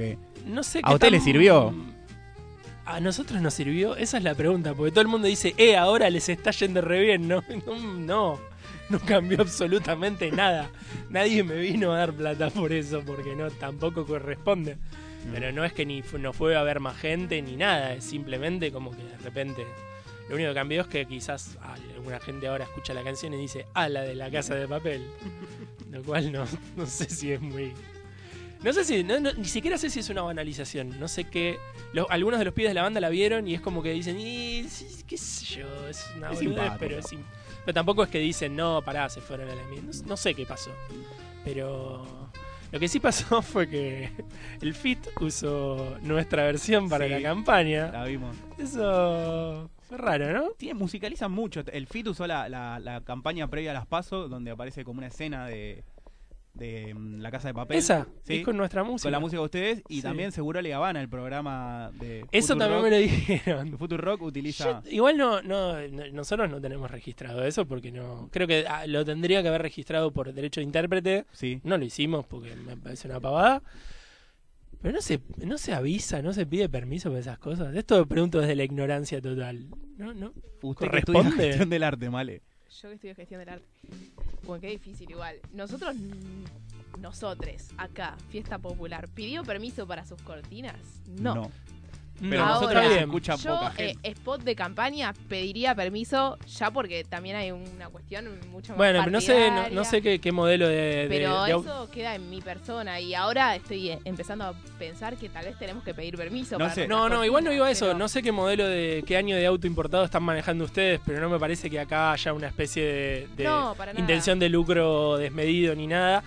no sé ¿A qué usted tan- le sirvió? A nosotros nos sirvió, esa es la pregunta, porque todo el mundo dice, eh, ahora les está yendo re bien. No, no, no, no cambió absolutamente nada. Nadie me vino a dar plata por eso, porque no, tampoco corresponde. Pero no es que ni fu- no fue a ver más gente ni nada, es simplemente como que de repente... Lo único que cambió es que quizás alguna gente ahora escucha la canción y dice, ah, la de La Casa de Papel. Lo cual no, no sé si es muy... No sé si, no, no, ni siquiera sé si es una banalización. No sé qué. Lo- algunos de los pibes de la banda la vieron y es como que dicen, y, sí, qué sé yo, es una Es boludez, simpático. pero, es sim- pero tampoco es que dicen, no, pará, se fueron a la mierda. No, no sé qué pasó. Pero lo que sí pasó fue que el F I T usó nuestra versión para Sí. la campaña. La vimos. Eso fue raro, ¿no? Tiene, musicalizan mucho. El F I T usó la, la, la campaña previa a las PASO, donde aparece como una escena de, de mm, La Casa de Papel. Esa, ¿sí? es con nuestra música. Con la música de ustedes. Y Sí. también Seguro Le Habana, el programa de Eso Futurock. también me lo dijeron. Futurock utiliza... Yo- igual no, no, no- nosotros no tenemos registrado eso porque no. Creo que ah, lo tendría que haber registrado por derecho de intérprete. Sí. No lo hicimos porque me parece una pavada. Pero no se, no se avisa, no se pide permiso por esas cosas. Esto lo pregunto desde la ignorancia total. No, no. Usted que estudia ¿Corresponde? gestión del arte, Male. Yo que estudio gestión del arte. Bueno, qué difícil igual. Nosotros, mm, nosotros, acá, Fiesta Popular, ¿pidió permiso para sus cortinas? No. Pero Ahora, nosotros bien. se escucha Yo, poca eh, gente. spot de campaña, pediría permiso ya porque también hay una cuestión mucho más Bueno, pero no sé, no, partidaria. no sé qué, qué modelo de. de- Pero de au- eso queda en mi persona y ahora estoy eh, empezando a pensar que tal vez tenemos que pedir permiso. No para sé. nuestras No, no, igual no iba a cortinas, eso. pero- No sé qué modelo de. qué año de auto importado están manejando ustedes, pero no me parece que acá haya una especie de. de No, para nada. intención de lucro desmedido ni nada.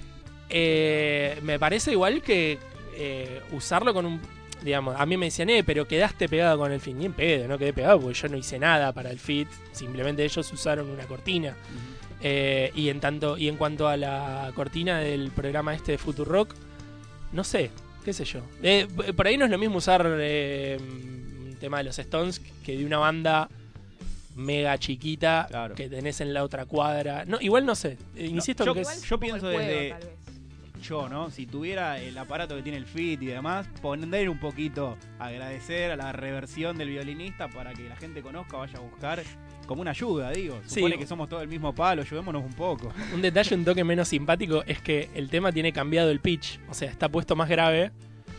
Eh, me parece igual que eh, usarlo con un. Digamos, a mí me decían, eh, pero quedaste pegado con el F I T. Ni en pedo, no quedé pegado porque yo no hice nada para el F I T. Simplemente ellos usaron una cortina. Eh, y en tanto y en cuanto a la cortina del programa este de Futurock, no sé, qué sé yo. Eh, por ahí no es lo mismo usar eh, un tema de los Stones que de una banda mega chiquita Claro. que tenés en la otra cuadra. No, igual no sé. Eh, insisto yo- en que Igual es. yo un poco pienso el juego, desde- tal vez. Yo, ¿no? Si tuviera el aparato que tiene el F I T y demás, poner un poquito, agradecer a la reversión del violinista para que la gente conozca, vaya a buscar, como una ayuda, digo. Sí. Supone que somos todos el mismo palo, ayudémonos un poco. Un detalle, un toque menos simpático es que el tema tiene cambiado el pitch. O sea, está puesto más grave.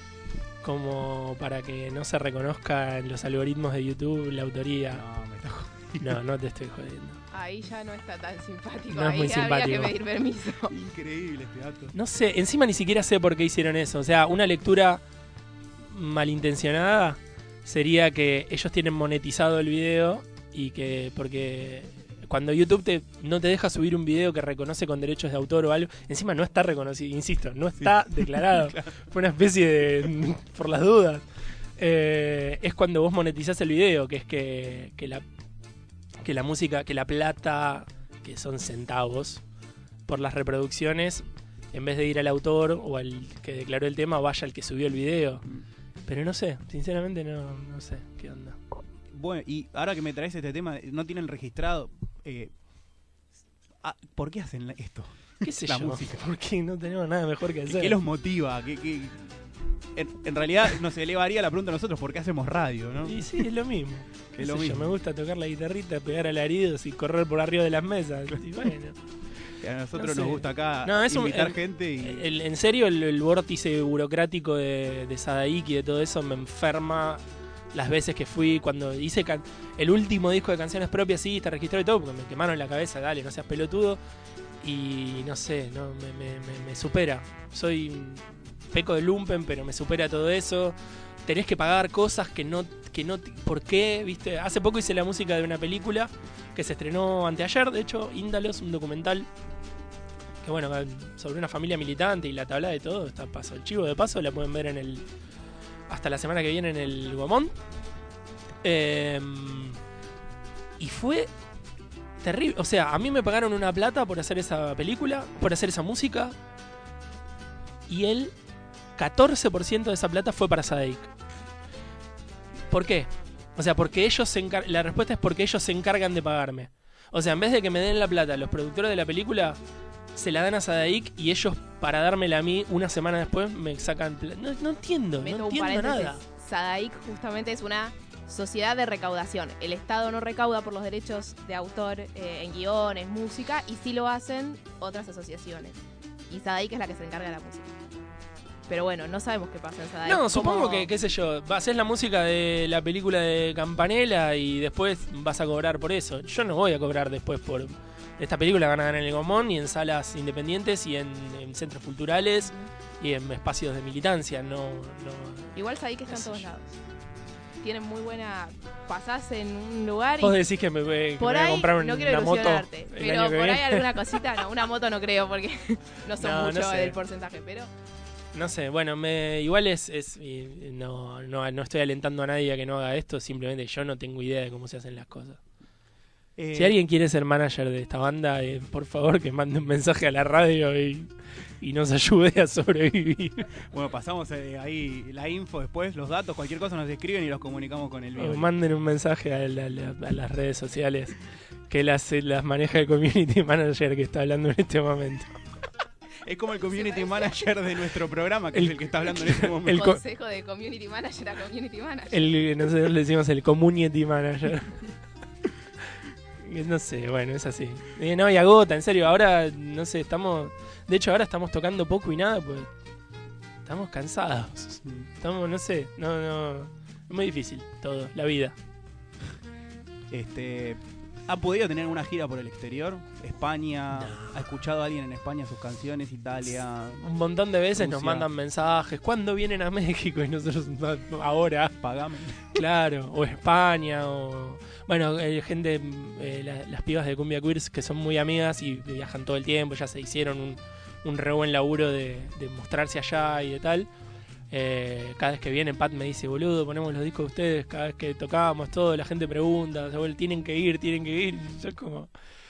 Como para que no se reconozca en los algoritmos de YouTube la autoría. No, me está jodiendo. No, no te estoy jodiendo. Ahí ya no está tan simpático. No es Ahí muy habría simpático. que pedir permiso. Increíble este dato. No sé, encima ni siquiera sé por qué hicieron eso. O sea, una lectura malintencionada sería que ellos tienen monetizado el video y que porque cuando YouTube te, no te deja subir un video que reconoce con derechos de autor o algo, encima no está reconocido, insisto, no está declarado. Fue una especie de por las dudas. Eh, es cuando vos monetizás el video, que es que, que la que la música, que la plata, que son centavos por las reproducciones, en vez de ir al autor o al que declaró el tema, vaya al que subió el video. Pero no sé, sinceramente no, no sé qué onda. Bueno, y ahora que me traes este tema, no tienen registrado. Eh, ah, ¿Por qué hacen la- esto? ¿Qué sé La yo? música. Porque no tenemos nada mejor que hacer. ¿Qué los motiva? ¿Qué, qué- En, en realidad nos elevaría la pregunta a nosotros, ¿por qué hacemos radio? ¿no? Y sí, es lo mismo. Es Qué lo sé yo, mismo. me gusta tocar la guitarrita, pegar alaridos y correr por arriba de las mesas. Y bueno. A nosotros No sé. nos gusta acá No, es un- invitar el- gente y... El- en serio, el, el vórtice burocrático de, de Sadaik y de todo eso me enferma las veces que fui. Cuando hice can- el último disco de canciones propias, sí, está registrado y todo, porque me quemaron la cabeza, dale, no seas pelotudo. Y no sé, no me, me- me- me supera. Soy un peco de lumpen, pero me supera todo eso. Tenés que pagar cosas que no... Que no ¿Por qué? ¿Viste? Hace poco hice la música de una película que se estrenó anteayer, de hecho, Índalos, un documental que bueno, sobre una familia militante y la tabla de todo, está paso. El chivo de paso la pueden ver en el hasta la semana que viene en el Guamón. Eh, y fue terrible. O sea, a mí me pagaron una plata por hacer esa película, por hacer esa música. Y el catorce por ciento de esa plata fue para Sadaik. ¿Por qué? O sea, porque ellos se encar- la respuesta es porque ellos se encargan de pagarme. O sea, en vez de que me den la plata los productores de la película, se la dan a Sadaic y ellos, para dármela a mí, una semana después me sacan... Pla- no, no entiendo, Meto no un entiendo paréntesis. nada. Sadaic justamente es una sociedad de recaudación. El Estado no recauda por los derechos de autor eh, en guiones, música, y sí lo hacen otras asociaciones. Y Sadaic es la que se encarga de la música. Pero bueno, no sabemos qué pasa en Sadaic. No, ¿Cómo- supongo que, qué sé yo, haces la música de la película de Campanella y después vas a cobrar por eso. Yo no voy a cobrar después por... Esta película van a ganar en el Gomón y en salas independientes y en, en centros culturales y en espacios de militancia. No, no... Igual Sadaic está en Qué sé todos yo. lados. Tienen muy buena... Pasás en un lugar y... Vos decís que me, que me Por voy a ahí, comprar una no quiero moto ilusionarte, el pero año que por ahí viene. alguna cosita, no, una moto no creo porque no son No, no mucho sé. del porcentaje, pero No sé, bueno, me, igual es, es y no, no, no estoy alentando a nadie a que no haga esto, simplemente yo no tengo idea de cómo se hacen las cosas. Eh, Si alguien quiere ser manager de esta banda, eh, por favor que mande un mensaje a la radio y, y nos ayude a sobrevivir. Bueno, pasamos eh, ahí la info después, los datos, cualquier cosa nos escriben y los comunicamos con el O video. manden un mensaje a, la- la- a las redes sociales que las, las maneja el community manager que está hablando en este momento. Es como el community manager de nuestro programa, que El- es el que está hablando en este momento. El co- consejo de community manager a community manager. El, nosotros le decimos el community manager. No sé, bueno, es así. Eh, no, y agota, en serio, ahora, no sé, estamos... De hecho, ahora estamos tocando poco y nada, pues... Estamos cansados. Estamos, no sé, no, no... Es muy difícil todo, la vida. Este, ¿ha podido tener una gira por el exterior? España, ¿ha escuchado a alguien en España sus canciones? Italia, Un montón de veces nos Rusia. mandan mensajes. ¿Cuándo vienen a México? Y nosotros, "No, ahora, pagame. claro. O España, o... Bueno, eh, gente, eh, la- las pibas de Cumbia Queers que son muy amigas y viajan todo el tiempo, ya se hicieron un, un re buen laburo de, de mostrarse allá y de tal. Eh, cada vez que vienen, Pat me dice, boludo, ponemos los discos de ustedes, cada vez que tocábamos todo, la gente pregunta, o sea, bueno, tienen que ir, tienen que ir. Y yo es como...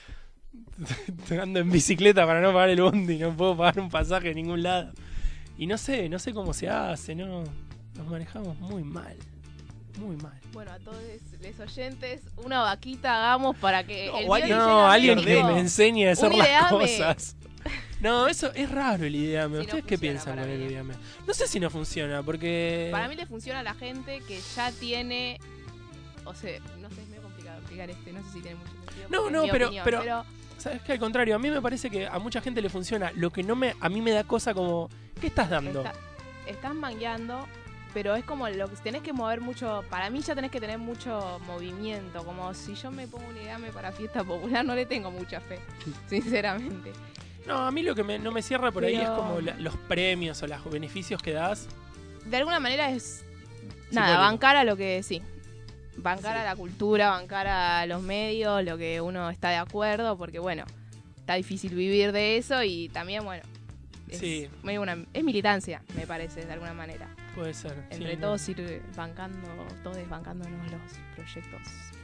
ando en bicicleta para no pagar el bondi, no puedo pagar un pasaje en ningún lado. Y no sé, no sé cómo se hace, no, nos manejamos muy mal, muy mal. Bueno, a todos los oyentes, una vaquita hagamos para que No, el o alguien- Violi No, sea alguien que amigo. me enseñe a hacer Un las ideame. cosas. No, eso es raro el ideame. Sí, no ¿Ustedes qué funciona piensan para con el mí. ideame? No sé si no funciona, porque... Para mí le funciona a la gente que ya tiene... O sea, no sé, es medio complicado explicar este, no sé si tiene mucho sentido. No, porque es no, mi pero- opinión, pero- ¿Sabes qué? Al contrario, a mí me parece que a mucha gente le funciona. Lo que no me... A mí me da cosa como... ¿Qué estás dando? Está- estás mangueando, pero es como lo que tenés que mover mucho. Para mí ya tenés que tener mucho movimiento. Como si yo me pongo un ideame para fiesta popular, no le tengo mucha fe, sinceramente. No, a mí lo que me- no me cierra por ahí Pero- es como la- los premios o los beneficios que das. De alguna manera es. Nada, Simbólico. bancar a lo que sí. Bancar Sí. a la cultura, bancar a los medios, lo que uno está de acuerdo, porque bueno, está difícil vivir de eso y también, bueno, es, Sí. medio una, es militancia, me parece, de alguna manera. Puede ser. Entre sí, no. todos ir bancando, todos bancándonos los proyectos.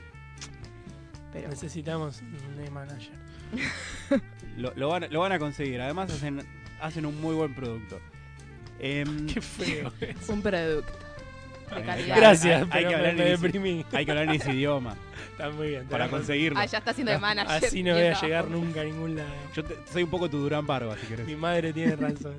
Pero Necesitamos un manager. Lo, lo van, lo van a conseguir. Además hacen, hacen un muy buen producto. Em, Qué feo es. un producto de Ay, calidad. Gracias, Hay- hay pero que me, hablar me en ese- deprimí. hay que hablar en ese idioma Está muy bien. para tenés razón. conseguirlo. Ah, ya está haciendo de manager. Así no voy Bien a llegar trabajo. nunca a ningún lado. Yo te- soy un poco tu Durán Barba, si querés. Mi madre tiene razón.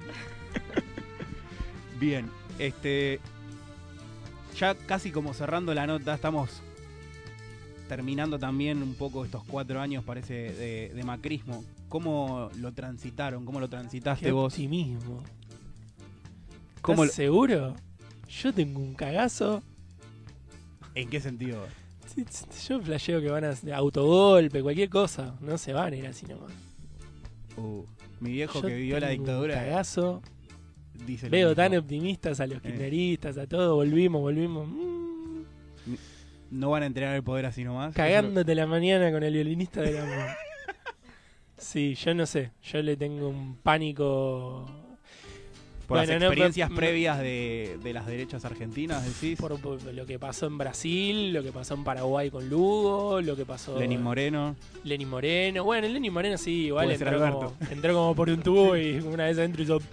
Bien, este. Ya casi como cerrando la nota, estamos terminando también un poco estos cuatro años, parece, de, de macrismo. ¿Cómo lo transitaron? ¿Cómo lo transitaste Qué vos? optimismo. ¿Cómo ¿Estás seguro? Yo tengo un cagazo. ¿En qué sentido? Sí, sí, Yo flasheo que van a hacer autogolpe, cualquier cosa. No se van a ir así nomás. Uh, mi viejo Yo que vivió la tengo un dictadura cagazo. dice lo Veo mismo. tan optimistas a los kirchneristas, a todo. Volvimos, volvimos. Mm, No van a entregar el poder así nomás. cagándote la mañana con el violinista del amor. Sí, yo no sé. Yo le tengo un pánico. Por Bueno, las no, experiencias pero- previas de, de las derechas argentinas, decís. Por, por lo que pasó en Brasil, lo que pasó en Paraguay con Lugo, lo que pasó. Lenín Moreno. Lenín Moreno. Bueno, el Lenín Moreno sí, igual Puede ser entró como, Alberto. entró como por un tubo y una vez adentro hizo.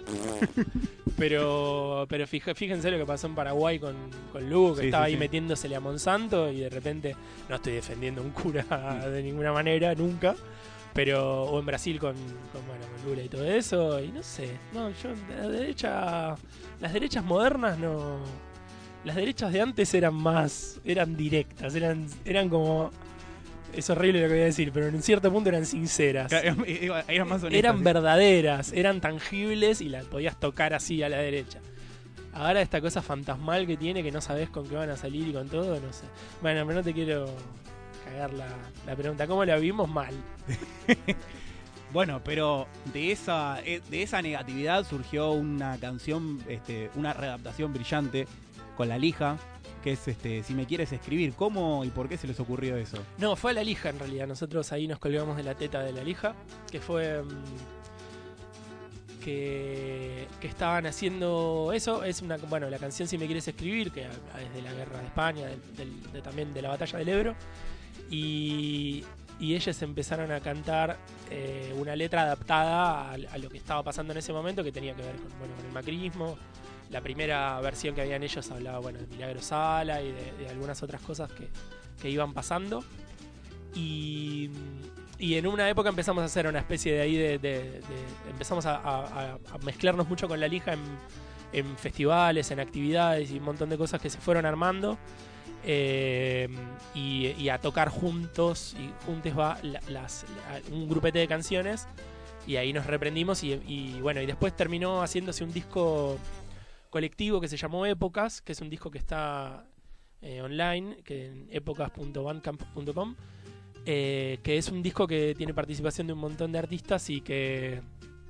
Pero pero fija- fíjense lo que pasó en Paraguay con, con Lugo, que Sí, estaba sí, ahí sí. metiéndosele a Monsanto y de repente, no estoy defendiendo a un cura de ninguna manera, nunca. Pero, o en Brasil con, con, bueno, con Lula y todo eso, y no sé, no, yo, la derecha, las derechas modernas no, las derechas de antes eran más, eran directas, eran, eran como, es horrible lo que voy a decir, pero en cierto punto eran sinceras. Eran, eran más honestas. Eran ¿sí? verdaderas, eran tangibles y las podías tocar así a la derecha. Ahora esta cosa fantasmal que tiene, que no sabes con qué van a salir y con todo, no sé. Bueno, pero no te quiero cagar la, la pregunta. ¿Cómo la vimos? Mal. Bueno, pero de esa de esa negatividad surgió una canción, este, una readaptación brillante con La Lija, que es este, Si me quieres escribir. ¿Cómo y por qué se les ocurrió eso? No, fue a La Lija en realidad. Nosotros ahí nos colgamos de la teta de La Lija, que fue... Que, que estaban haciendo eso. Es una, bueno, la canción Si me quieres escribir, que es de la guerra de España, del, del, de, también de la batalla del Ebro. Y, y ellos empezaron a cantar eh, una letra adaptada a, a lo que estaba pasando en ese momento, que tenía que ver con, bueno, con el macrismo. La primera versión que habían ellos hablaba, bueno, de Milagro Sala y de, de algunas otras cosas que, que iban pasando. Y, y en una época empezamos a hacer una especie de ahí de... de, de empezamos a, a, a mezclarnos mucho con La Lija en, en festivales, en actividades y un montón de cosas que se fueron armando. Eh, y, y a tocar juntos y juntos va la, las, la, un grupete de canciones, y ahí nos reprendimos y, y bueno, y después terminó haciéndose un disco colectivo que se llamó Épocas, que es un disco que está eh, online, que en épocas punto bandcamp punto com, eh, que es un disco que tiene participación de un montón de artistas y que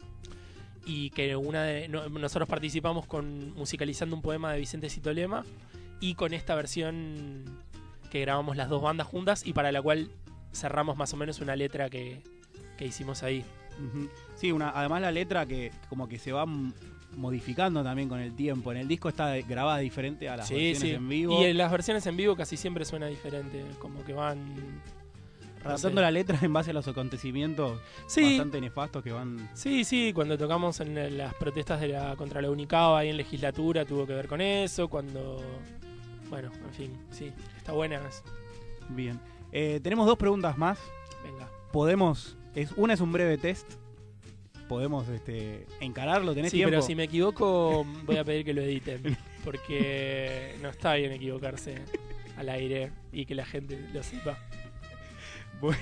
y que una de, no, nosotros participamos con musicalizando un poema de Vicente Citolema, y con esta versión que grabamos las dos bandas juntas y para la cual cerramos más o menos una letra que, que hicimos ahí. Uh-huh. Sí, una, además la letra que como que se va m- modificando también con el tiempo. En el disco está grabada diferente a las Sí, versiones sí. en vivo. Y en las versiones en vivo casi siempre suena diferente, como que van... Adaptando no sé. la letra en base a los acontecimientos Sí. bastante nefastos que van... Sí, sí, cuando tocamos en las protestas de la contra la Unicaba ahí en legislatura tuvo que ver con eso, cuando... Bueno, en fin, sí, está buena. Bien. Eh, tenemos dos preguntas más. Venga. Podemos... Es, una es un breve test. Podemos este, encararlo, ¿tenés Sí, tiempo? pero si me equivoco voy a pedir que lo editen, porque no está bien equivocarse al aire y que la gente lo sepa. Bueno.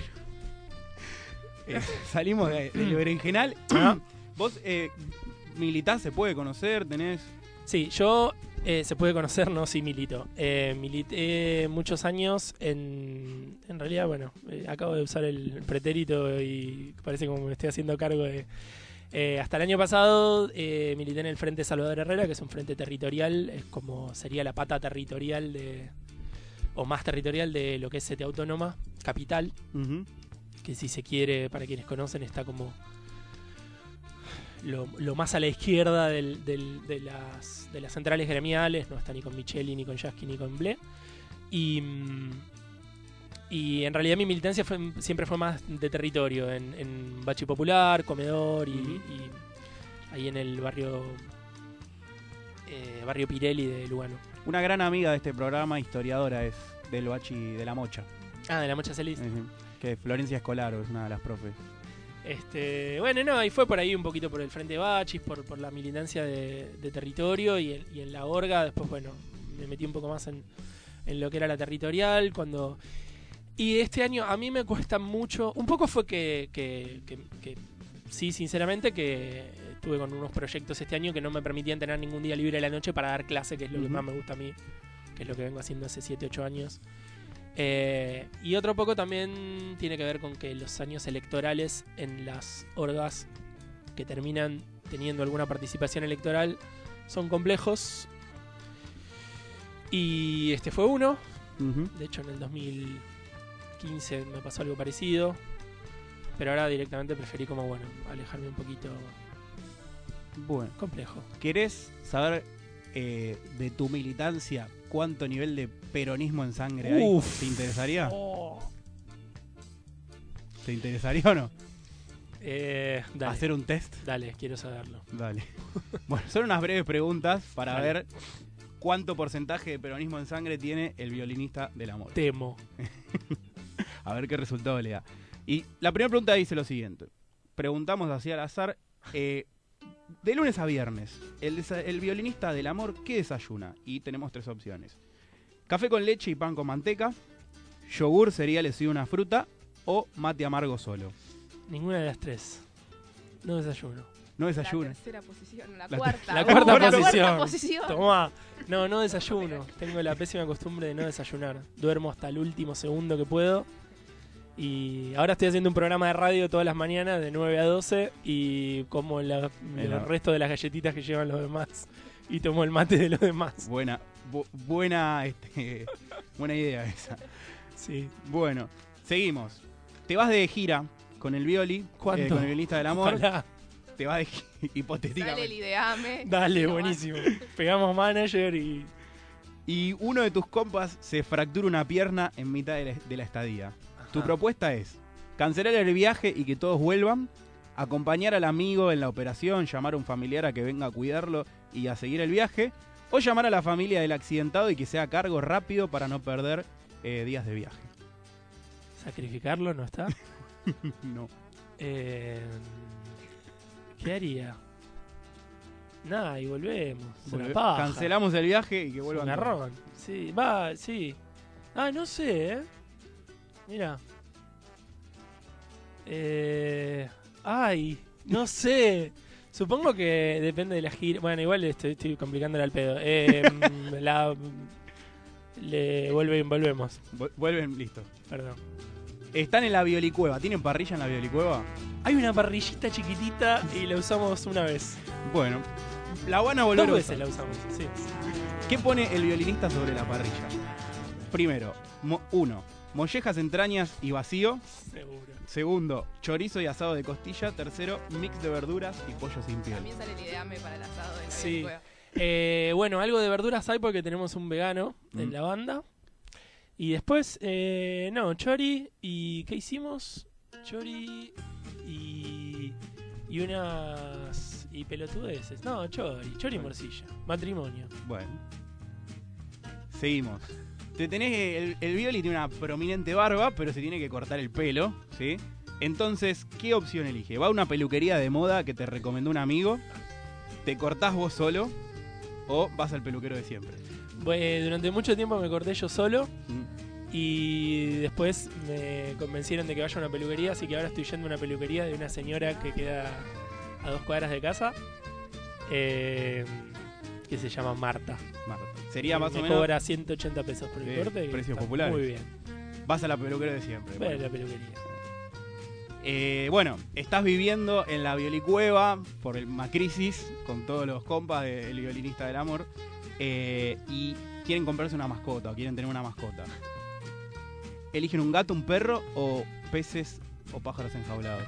Eh, salimos de, de lo berenjenal. Vos eh, militás, se puede conocer, tenés... Sí, yo eh, se puede conocer, no, sí milito. Eh, milité muchos años en... En realidad, bueno, eh, acabo de usar el pretérito y parece como me estoy haciendo cargo de... Eh, hasta el año pasado eh, milité en el Frente Salvador Herrera, que es un frente territorial, es como sería la pata territorial de... o más territorial de lo que es Sete Autónoma, capital, Uh-huh. que si se quiere, para quienes conocen, está como... Lo, lo más a la izquierda del, del, de, las, de las centrales gremiales, no está ni con Micheli, ni con Yasky, ni con Ble. Y, y en realidad mi militancia fue, siempre fue más de territorio, en, en Bachi Popular, Comedor y, Uh-huh. y ahí en el barrio eh, barrio Pirelli de Lugano. Una gran amiga de este programa, historiadora, es del Bachi de la Mocha. Ah, de la Mocha Celis. Uh-huh. Que es Florencia Escolaro, es una de las profes. Este, bueno, no, y fue por ahí un poquito por el Frente Bachis, por, por la militancia de, de territorio y, el, y en la orga. Después, bueno, me metí un poco más en, en lo que era la territorial. Cuando Y este año a mí me cuesta mucho. Un poco fue que, que, que, que sí, sinceramente, que estuve con unos proyectos este año que no me permitían tener ningún día libre a la noche para dar clase, que es lo Uh-huh. que más me gusta a mí, que es lo que vengo haciendo hace siete, ocho años. Eh, y otro poco también tiene que ver con que los años electorales en las orgas que terminan teniendo alguna participación electoral son complejos. Y este fue uno. Uh-huh. De hecho, en el dos mil quince me pasó algo parecido. Pero ahora directamente preferí como, bueno, alejarme un poquito. Bueno, Complejo. ¿querés saber eh, de tu militancia cuánto nivel de peronismo en sangre hay? Uf. ¿Te interesaría? Oh. ¿Te interesaría o no? Eh, dale, ¿Hacer un test? dale, quiero saberlo. Dale. Bueno, son unas breves preguntas para Dale. ver cuánto porcentaje de peronismo en sangre tiene el violinista del amor. Temo. A ver qué resultado le da. Y la primera pregunta dice lo siguiente. Preguntamos así al azar, eh, de lunes a viernes, el, desa- el violinista del amor, ¿qué desayuna? Y tenemos tres opciones. Café con leche y pan con manteca, yogur, cereales y una fruta, o mate amargo solo. Ninguna de las tres. No desayuno. No La desayuna. tercera posición, la, La- cuarta. La Uh, cuarta la posición. cuarta posición. Tomá. No, no desayuno. Tengo la pésima costumbre de no desayunar. Duermo hasta el último segundo que puedo. Y ahora estoy haciendo un programa de radio todas las mañanas de nueve a doce y como la, Mira. el resto de las galletitas que llevan los demás y tomo el mate de los demás. Buena, bu- buena, este, buena idea esa. Sí. Bueno, seguimos. Te vas de gira con el violi, ¿Cuánto? eh, con el violinista del amor. Ojalá. Te vas de gira, Sale el hipotéticamente. ideame. Dale, No va. buenísimo. Pegamos manager y... Y uno de tus compas se fractura una pierna en mitad de la, de la estadía. Tu Ajá. propuesta es cancelar el viaje y que todos vuelvan, acompañar al amigo en la operación, llamar a un familiar a que venga a cuidarlo y a seguir el viaje, o llamar a la familia del accidentado y que sea a cargo rápido para no perder eh, días de viaje. ¿Sacrificarlo no está? No. Eh, ¿Qué haría? Nada, y volvemos. Es una Volve- paja. Cancelamos el viaje y que Es un vuelvan. todos. garrón. Sí, va, sí. Ah, no sé, ¿eh? Mira. Eh, ay, no sé. Supongo que depende de la gira. Bueno, igual estoy, estoy complicándole al pedo. Eh, mm, la, le vuelven, volvemos. Vu- Vuelven, listo. Perdón. Están en la violicueva. ¿Tienen parrilla en la violicueva? Hay una parrillita chiquitita y la usamos una vez. Bueno, la van a volver Dos a veces usar. la usamos, sí. ¿Qué pone el violinista sobre la parrilla? Primero, mo- uno, mollejas, entrañas y vacío. Seguro. Segundo, chorizo y asado de costilla. Tercero, mix de verduras y pollo sin piel. También sale el ideame para el asado de la Sí. cueva. Eh, bueno, algo de verduras hay porque tenemos un vegano en Mm. la banda. Y después, eh, no, chori y... ¿Qué hicimos? Chori y... Y unas... Y pelotudeces. No, chori. Chori y morcilla. Matrimonio. Bueno, seguimos. Te tenés, el, el violi tiene una prominente barba, pero se tiene que cortar el pelo, ¿sí? Entonces, ¿qué opción elige? ¿Va a una peluquería de moda que te recomendó un amigo? ¿Te cortás vos solo? ¿O vas al peluquero de siempre? Bueno, durante mucho tiempo me corté yo solo. Mm. Y después me convencieron de que vaya a una peluquería. Así que ahora estoy yendo a una peluquería de una señora que queda a dos cuadras de casa. Eh, que se llama Marta. Marta. Sería más me o menos... cobra ciento ochenta pesos por el Sí, corte. y precios está populares. Muy bien. Vas a la peluquera de siempre. Bueno, Bueno. la peluquería. Eh, bueno, estás viviendo en la violicueva por el Macrisis con todos los compas del violinista del amor eh, y quieren comprarse una mascota o quieren tener una mascota. ¿Eligen un gato, un perro o peces o pájaros enjaulados?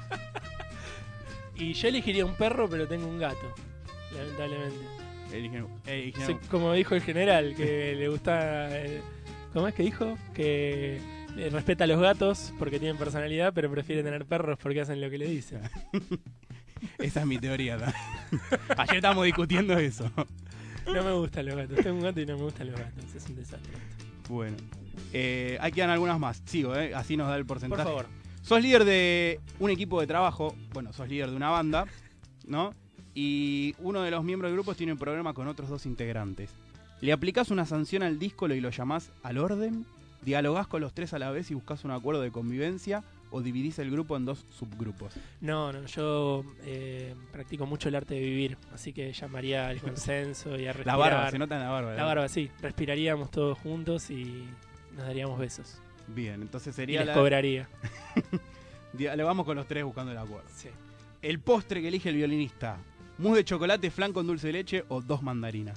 Y yo elegiría un perro, pero tengo un gato. Lamentablemente. Eligen, eligen- Sí, como dijo el general, que le gusta. eh, ¿Cómo es que dijo? Que eh, respeta a los gatos porque tienen personalidad, pero prefiere tener perros porque hacen lo que le dicen. Esa es mi teoría. ¿no? Ayer estábamos discutiendo eso. No me gustan los gatos. Tengo un gato y no me gustan los gatos. Es un desastre. Bueno, eh, ahí quedan algunas más. Sigo, ¿eh? Así nos da el Por porcentaje. favor. Sos líder de un equipo de trabajo, bueno, sos líder de una banda, ¿no? Y uno de los miembros del grupo tiene un problema con otros dos integrantes. ¿Le aplicás una sanción al díscolo y lo llamás al orden? ¿Dialogás con los tres a la vez y buscás un acuerdo de convivencia? ¿O dividís el grupo en dos subgrupos? No, no, yo eh, practico mucho el arte de vivir, así que llamaría al consenso y a respirar. La barba, se nota en la barba. La barba, sí. Respiraríamos todos juntos y nos daríamos besos. Bien, entonces Y sería les la... cobraría. Dialogamos con los tres buscando el acuerdo. Sí. El postre que elige el violinista. ¿Mousse de chocolate, flan con dulce de leche o dos mandarinas?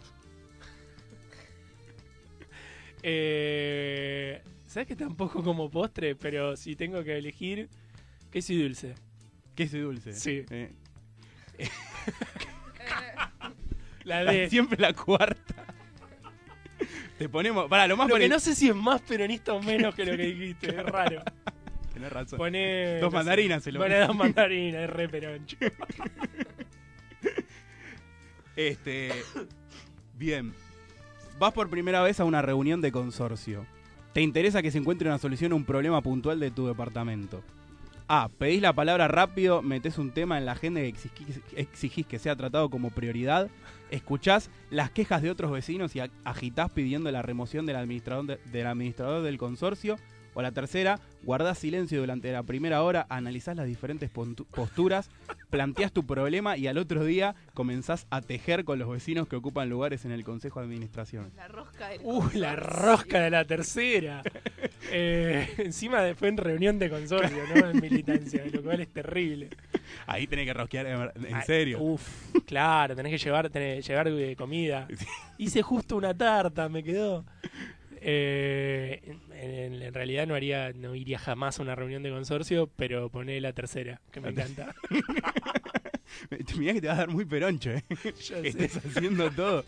Eh, ¿Sabes que tampoco como postre? Pero si tengo que elegir, queso y dulce. Queso y dulce. Sí. Eh, La de... Siempre la cuarta. Te ponemos... Para, lo más Lo que pare- no sé si es más peronista o menos que lo que dijiste, es raro. Tenés razón. Pone... Dos no sé, mandarinas se lo Pone dos mandarinas, es re peroncho. Este. Bien. Vas por primera vez a una reunión de consorcio. Te interesa que se encuentre una solución a un problema puntual de tu departamento. A. Pedís la palabra rápido, metés un tema en la agenda y exigís, exigís que sea tratado como prioridad. Escuchás las quejas de otros vecinos y agitás pidiendo la remoción del administrador, de, del administrador del consorcio. O la tercera, guardás silencio durante la primera hora, analizás las diferentes posturas, planteás tu problema y al otro día comenzás a tejer con los vecinos que ocupan lugares en el Consejo de Administración. La rosca del Uh, la rosca de la tercera. eh, encima después en reunión de consorcio, ¿no? En militancia, lo cual es terrible. Ahí tenés que rosquear en, en Ay, serio. Uf, claro, tenés que llevar, tenés, llevar eh, comida. Hice justo una tarta, me quedó. Eh, en, en realidad no haría, no iría jamás a una reunión de consorcio, pero poné la tercera, que me encanta. Mirá que te vas a dar muy peroncho, ¿eh? Ya sé. Estás haciendo todo.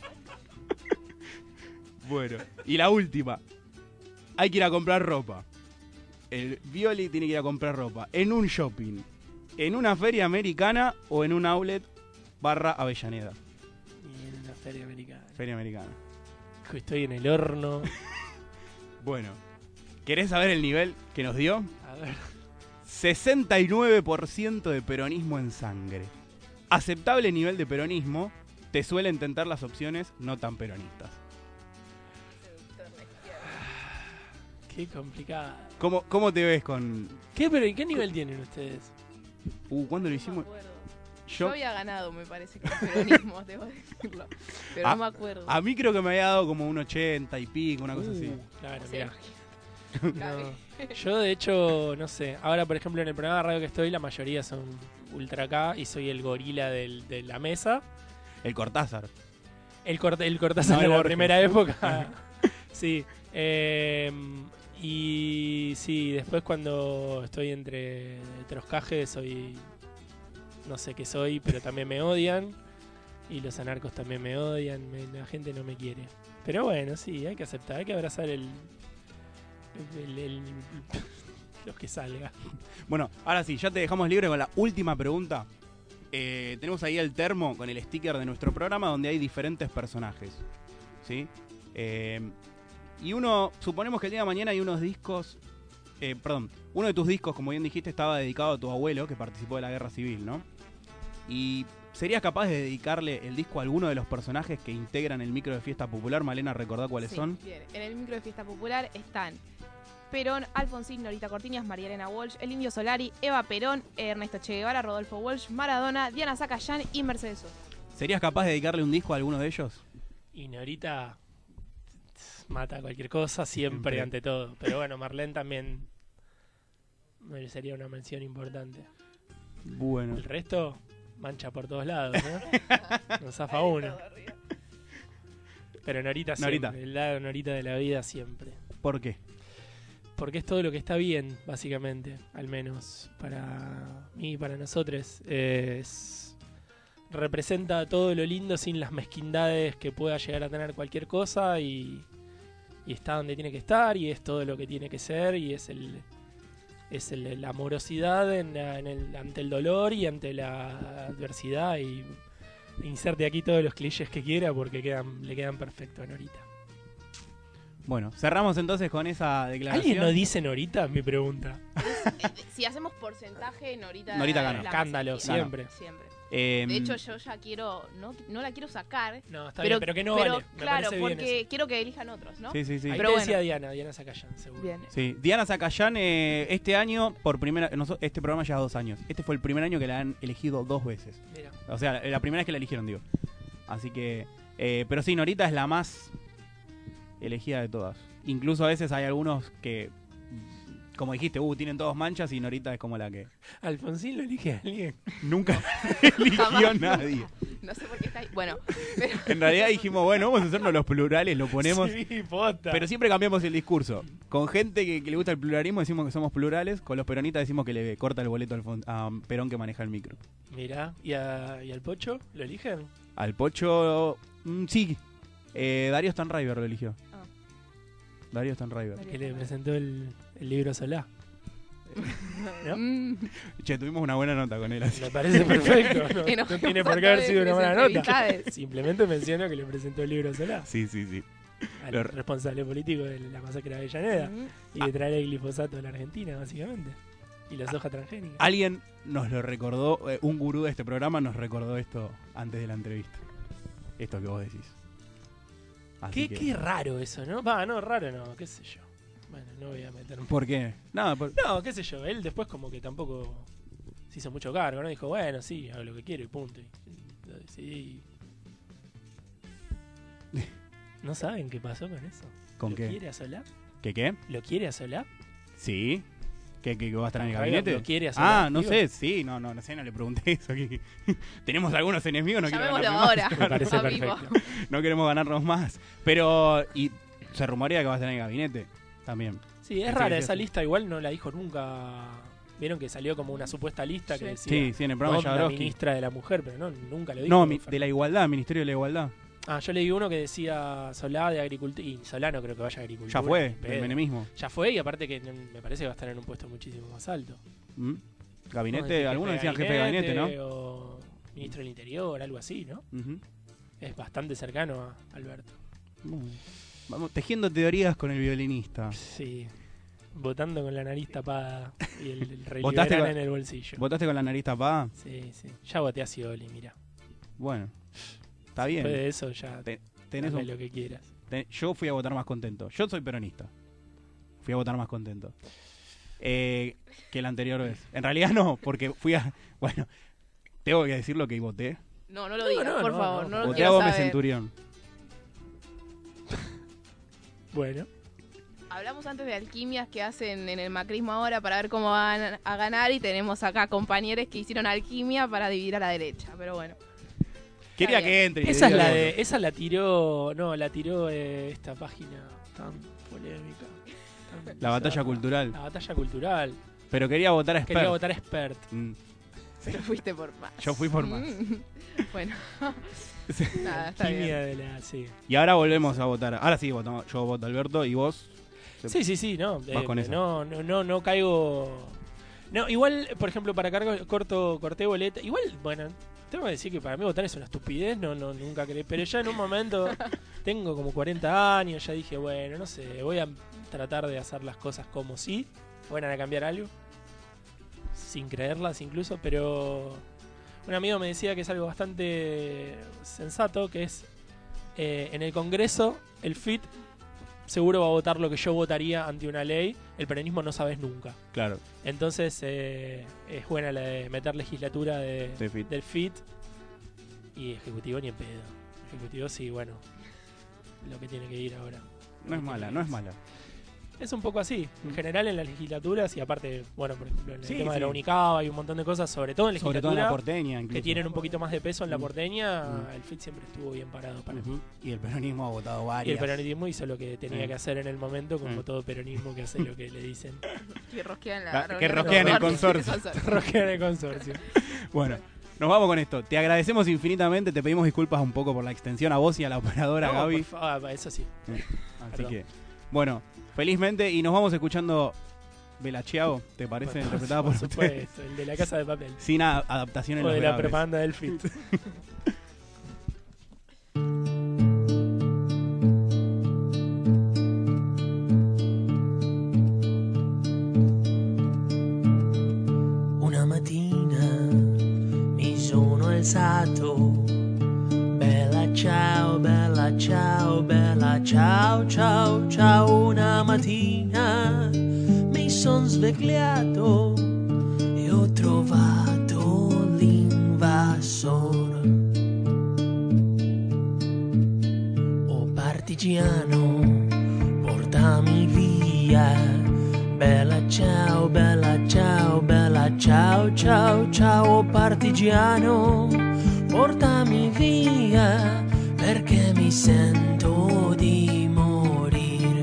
Bueno, y la última. Hay que ir a comprar ropa. El Violi tiene que ir a comprar ropa en un shopping, en una feria americana o en un outlet barra Avellaneda. Y en una feria americana. Feria americana. Estoy en el horno. Bueno, ¿querés saber el nivel que nos dio? A ver. sesenta y nueve por ciento de peronismo en sangre. Aceptable nivel de peronismo, te suelen tentar las opciones no tan peronistas. Qué complicado. ¿Cómo, cómo te ves con...? ¿Qué, pero, ¿Qué nivel tienen ustedes? Uh, ¿cuándo lo No me hicimos? acuerdo. Yo Yo, había ganado, me parece, con el peronismo, debo decirlo. Pero Ah, no me acuerdo. a mí creo que me había dado como un ochenta y pico, una cosa así. Uh, claro, Sí, mirá. Cabe. No. Yo de hecho, no sé, ahora por ejemplo en el programa de radio que estoy, la mayoría son ultra acá y soy el gorila del, de la mesa. El Cortázar. El, cort el Cortázar No, de el la Borges. primera época. Sí. Eh, y sí, después cuando estoy entre troscajes soy... No sé qué soy, pero también me odian. Y los anarcos también me odian. Me, la gente no me quiere. Pero bueno, sí, hay que aceptar. Hay que abrazar el... el, el, el los que salga. Bueno, ahora sí, ya te dejamos libre con la última pregunta. Eh, tenemos ahí el termo con el sticker de nuestro programa donde hay diferentes personajes. ¿Sí? Eh, y uno, suponemos que el día de mañana hay unos discos... Eh, perdón, uno de tus discos, como bien dijiste, estaba dedicado a tu abuelo que participó de la guerra civil, ¿no? Y ¿serías capaz de dedicarle el disco a alguno de los personajes que integran el micro de Fiesta Popular? Malena, ¿recordá cuáles Sí, son? bien. En el micro de Fiesta Popular están Perón, Alfonsín, Norita Cortiñas, María Elena Walsh, el Indio Solari, Eva Perón, Ernesto Che Guevara, Rodolfo Walsh, Maradona, Diana Zacayán y Mercedes Sosa. ¿Serías capaz de dedicarle un disco a alguno de ellos? Y Norita mata cualquier cosa siempre, Siempre. ante todo. Pero bueno, Marlene también merecería una mención importante. Bueno. El resto mancha por todos lados, ¿no? Nos zafa uno. Pero Norita siempre, Norita. el lado Norita de la vida siempre. ¿Por qué? Porque es todo lo que está bien, básicamente, al menos para mí y para nosotros. Es, representa todo lo lindo sin las mezquindades que pueda llegar a tener cualquier cosa y, y está donde tiene que estar y es todo lo que tiene que ser y es el es el, la amorosidad en, la- en el, ante el dolor y ante la adversidad y inserte aquí todos los clichés que quiera porque quedan, le quedan perfectos a Norita. Bueno, cerramos entonces con esa declaración. ¿Alguien no dice Norita? Mi pregunta. Eh, si hacemos porcentaje, Norita, Norita la- gana. la Escándalo, más- siempre. Siempre. Eh, De hecho, yo ya quiero, no, no la quiero sacar, No, está pero, bien, pero que no pero, vale. Me claro, parece bien porque eso. quiero que elijan otros, ¿no? sí, sí, sí. Ahí Pero te bueno. decía Diana, Diana Zacayán, seguro. Bien. Sí, Diana Zacayán, eh, este año, por primera noso- este programa lleva dos años. Este fue el primer año que la han elegido dos veces. Mira. O sea, la primera vez que la eligieron, digo. Así que, eh, pero sí, Norita es la más elegida de todas. Incluso a veces hay algunos que, como dijiste, uh, tienen todos manchas y Norita es como la que Alfonsín lo elige a alguien. nunca eligió Jamás. nadie. No sé por qué está ahí. Bueno, pero En realidad dijimos, bueno, vamos a hacernos los plurales, lo ponemos. Sí, posta. Pero siempre cambiamos el discurso. Con gente que, que le gusta el pluralismo decimos que somos plurales, con los peronistas decimos que le corta el boleto al fon- a Perón que maneja el micro. Mirá, ¿y, a- ¿y al Pocho lo eligen? Al Pocho, mm, sí, eh, Darío Stanraiver lo eligió. Ah. Darío Stanraiver. Darío. Que le presentó el, el libro Solá. ¿No? Mm, Che, tuvimos una buena nota con él así. Me parece perfecto. No, enojemos no tiene a por qué haber todas sido una mis buena nota. entrevistades. Simplemente menciono que le presentó el libro Solá Sí, sí, sí. al Lo- responsable político de la masacre de Avellaneda Mm. y de traer el glifosato a la Argentina, básicamente. Y la soja transgénica. Alguien nos lo recordó, eh, un gurú de este programa nos recordó esto antes de la entrevista. Esto que vos decís. Así Qué, que- qué raro eso, ¿no? Va, no, raro no, qué sé yo. Bueno, no voy a meterme. ¿Por qué? Nada, por- No, qué sé yo. Él después como que tampoco se hizo mucho cargo, ¿no? Dijo, bueno, sí, hago lo que quiero y punto. Y lo decidí. ¿No saben qué pasó con eso? ¿Con ¿Lo qué? quiere a Solá? ¿Qué qué? ¿Lo quiere a Solá? Sí. ¿Qué, qué, que va a estar en el Javier, gabinete? ¿lo quiere hacer la- Ah, no digo? sé, sí, no, no, no sé, no le pregunté eso. que- Tenemos algunos enemigos, no quiero Llamémoslo ganarme ahora. más. Me parece a vivo. perfecto. No queremos ganarnos más. Pero, y se rumorea que va a estar en el gabinete también. Sí, es Sí, rara sí, esa sí. lista, igual no la dijo nunca. Vieron que salió como una supuesta lista que Sí. decía Sí, sí, en el programa de "Onda Jodorowsky. ministra de la mujer", pero no, nunca lo dijo. No, mi- Fernando. de la igualdad, Ministerio de la Igualdad. Ah, yo leí uno que decía Solá de Agricultura. Y Solá no creo que vaya a Agricultura. Ya fue, ni pedo. del menemismo. Ya fue, y aparte que me parece que va a estar en un puesto muchísimo más alto. ¿Mm? No, Gabinete, jefe algunos de decían jefe de gabinete, ¿no? O ministro del Interior, algo así, ¿no? Ujú. Es bastante cercano a Alberto. Bueno, vamos, tejiendo teorías con el violinista. Sí. Votando con la nariz tapada y el, el Rey ¿Votaste Liberal con- en el bolsillo. ¿Votaste con la nariz tapada? Sí, sí. Ya voté a Scioli, mira. Bueno, está bien. Después de eso ya Te- tenés dame un- lo que quieras. te- yo fui a votar más contento. Yo soy peronista. Fui a votar más contento. Eh, que la anterior vez. En realidad no, porque fui a... Bueno, tengo que decir lo que voté. No, no lo No, digas, no, por no, favor. no. No, lo Voté a quiero Gómez saber. Centurión. Bueno. Hablamos antes de alquimias que hacen en el macrismo ahora para ver cómo van a ganar y tenemos acá compañeros que hicieron alquimia para dividir a la derecha, pero bueno. Quería bien. que entre. y Esa es diga la algo. de. Esa la tiró. No, la tiró eh, esta página tan polémica. tan La batalla bizarra. cultural. La batalla cultural. Pero quería votar a Expert. Quería votar expert. Mm. Pero fuiste por más. Yo fui por más. Mm. Bueno. Sí. Nada, está Quimia bien. de la. Sí. Y ahora volvemos a votar. Ahora sí, votamos. Yo voto a Alberto y vos. Sí, sí, sí, no. Vas con esa. no, no, no, no caigo. No, igual, por ejemplo, para cargo corto, corté boleta. Igual, bueno, tengo que decir que para mí votar es una estupidez, no, no, nunca creí. Pero ya en un momento, tengo como cuarenta años, ya dije, bueno, no sé, voy a tratar de hacer las cosas como si fueran a cambiar algo. Sin creerlas incluso, pero un amigo me decía que es algo bastante sensato, que es eh, en el Congreso, el F I T seguro va a votar lo que yo votaría ante una ley. El peronismo no sabes nunca. Claro. Entonces eh, es buena la de meter legislatura de, De F I T. del F I T y ejecutivo ni en pedo. Ejecutivo sí, bueno, lo que tiene que ir ahora. No es mala, no es mala. Es un poco así, en general en las legislaturas y aparte, bueno, por ejemplo, en el Sí, tema de sí. la Unicaba hay un montón de cosas, sobre todo en Sobre todo en legislatura, la porteña, incluso. que tienen un poquito más de peso en la Mm. porteña. Mm. El F I T siempre estuvo bien parado para mí. Ujú. Y el peronismo ha votado Y el varias. peronismo hizo lo que tenía Mm. que hacer en el momento, como Mm. todo peronismo que hace lo que le dicen. Que rosquean la Ah, que reunión de rosquean el consorcio. consorcio. Rojean el consorcio. Bueno, nos vamos con esto. Te agradecemos infinitamente. Te pedimos disculpas un poco por la extensión a vos y a la operadora No, Gaby. por favor, eso sí. Así Perdón. que, bueno, felizmente. Y nos vamos escuchando Bella Ciao, ¿te parece? Por- Interpretada por, por ustedes. supuesto, el de la casa de papel. Sin a- adaptación en O los de la graves. propaganda del F I T. Una mattina mi sono alzato, bella ciao, bella ciao, bella ciao, ciao, ciao. Una mattina mi son svegliato e ho trovato l'invasor. Oh partigiano, portami via. Bella ciao, bella ciao, bella ciao, ciao, ciao partigiano, portami via perché mi sento di morire.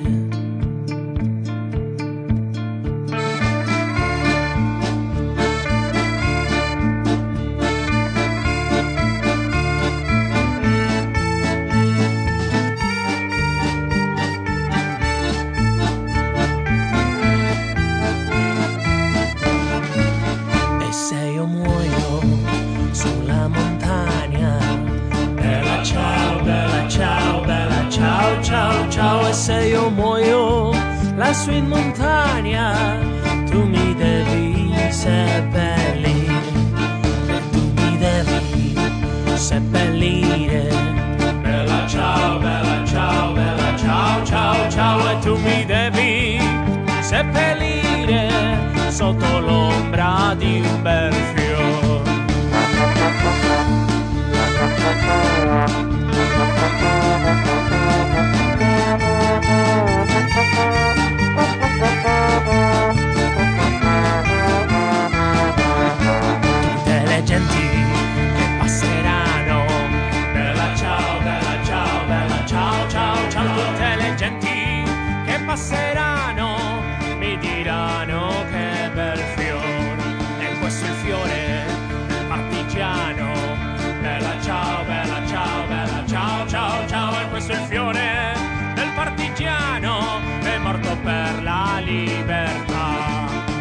E se io muoio sulla montagna, bella ciao, bella ciao, bella ciao, ciao, ciao. E se io muoio lassù in montagna, tu mi devi seppellire, e tu mi devi seppellire. Bella ciao, bella ciao, bella ciao, ciao, ciao, e tu mi devi seppellire sotto l'ombra di un bel fiore. Tutte le genti che passeranno, bella ciao, bella ciao, bella ciao, ciao, ciao, tutte le genti che passeranno mi diranno che bel fiore, e questo è il fiore del partigiano. Bella ciao, bella ciao, bella ciao, ciao, ciao, e questo è il fiore del partigiano, è morto per la libertà.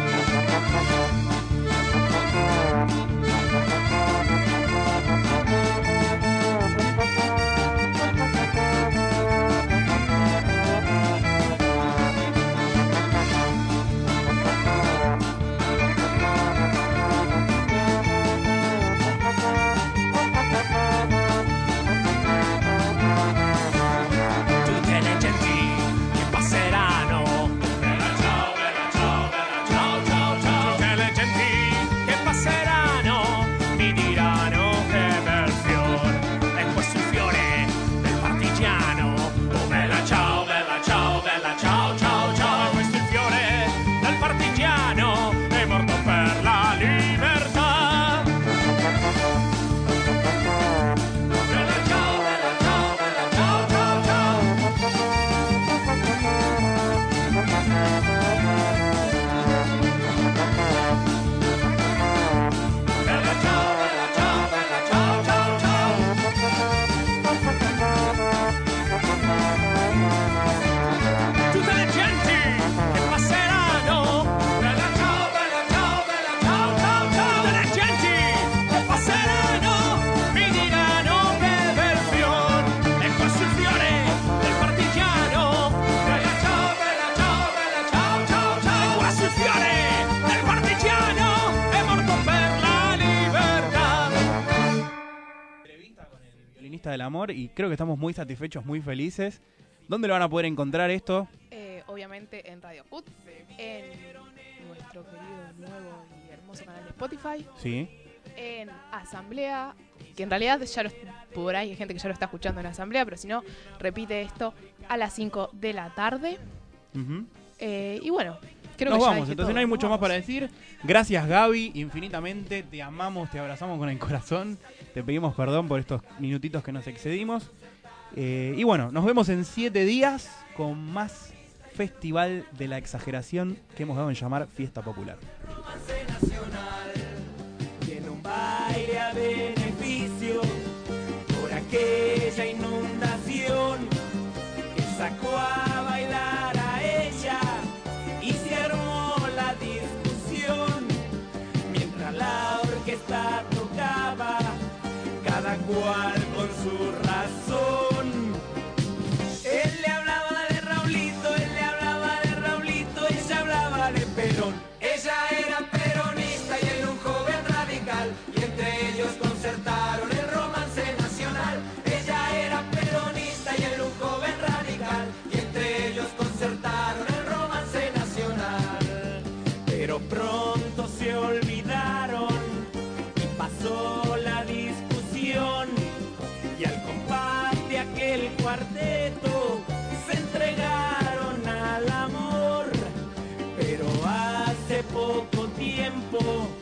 Del amor, y creo que estamos muy satisfechos, muy felices. ¿Dónde lo van a poder encontrar esto? Eh, obviamente en Radio Hood, en nuestro querido nuevo y hermoso canal de Spotify. Sí. En Asamblea, que en realidad ya lo, por ahí hay gente que ya lo está escuchando en Asamblea, pero si no, repite esto a las cinco de la tarde. Uh-huh. Eh, y bueno, creo Nos que ya vamos, dije entonces todo. no hay mucho Nos más para vamos. decir. Gracias, Gaby, infinitamente. Te amamos, te abrazamos con el corazón. Te pedimos perdón por estos minutitos que nos excedimos. Eh, y bueno, nos vemos en siete días con más Festival de la Exageración que hemos dado en llamar Fiesta Popular. Tiene un baile a beneficio por aquella inundación que sacó a bailar a ella y se armó la discusión mientras la orquesta tocaba, cada cual con su razón. Él le hablaba de Raulito, él le hablaba de Raulito, ella hablaba de Perón. Ella era peronista y él un joven radical, y entre ellos concertaron el romance nacional. Ella era peronista y él un joven radical, y entre ellos concertaron el romance nacional. Pero pronto se olvidaron y pasó la discusión, y al compás de aquel cuarteto se entregaron al amor. Pero hace poco tiempo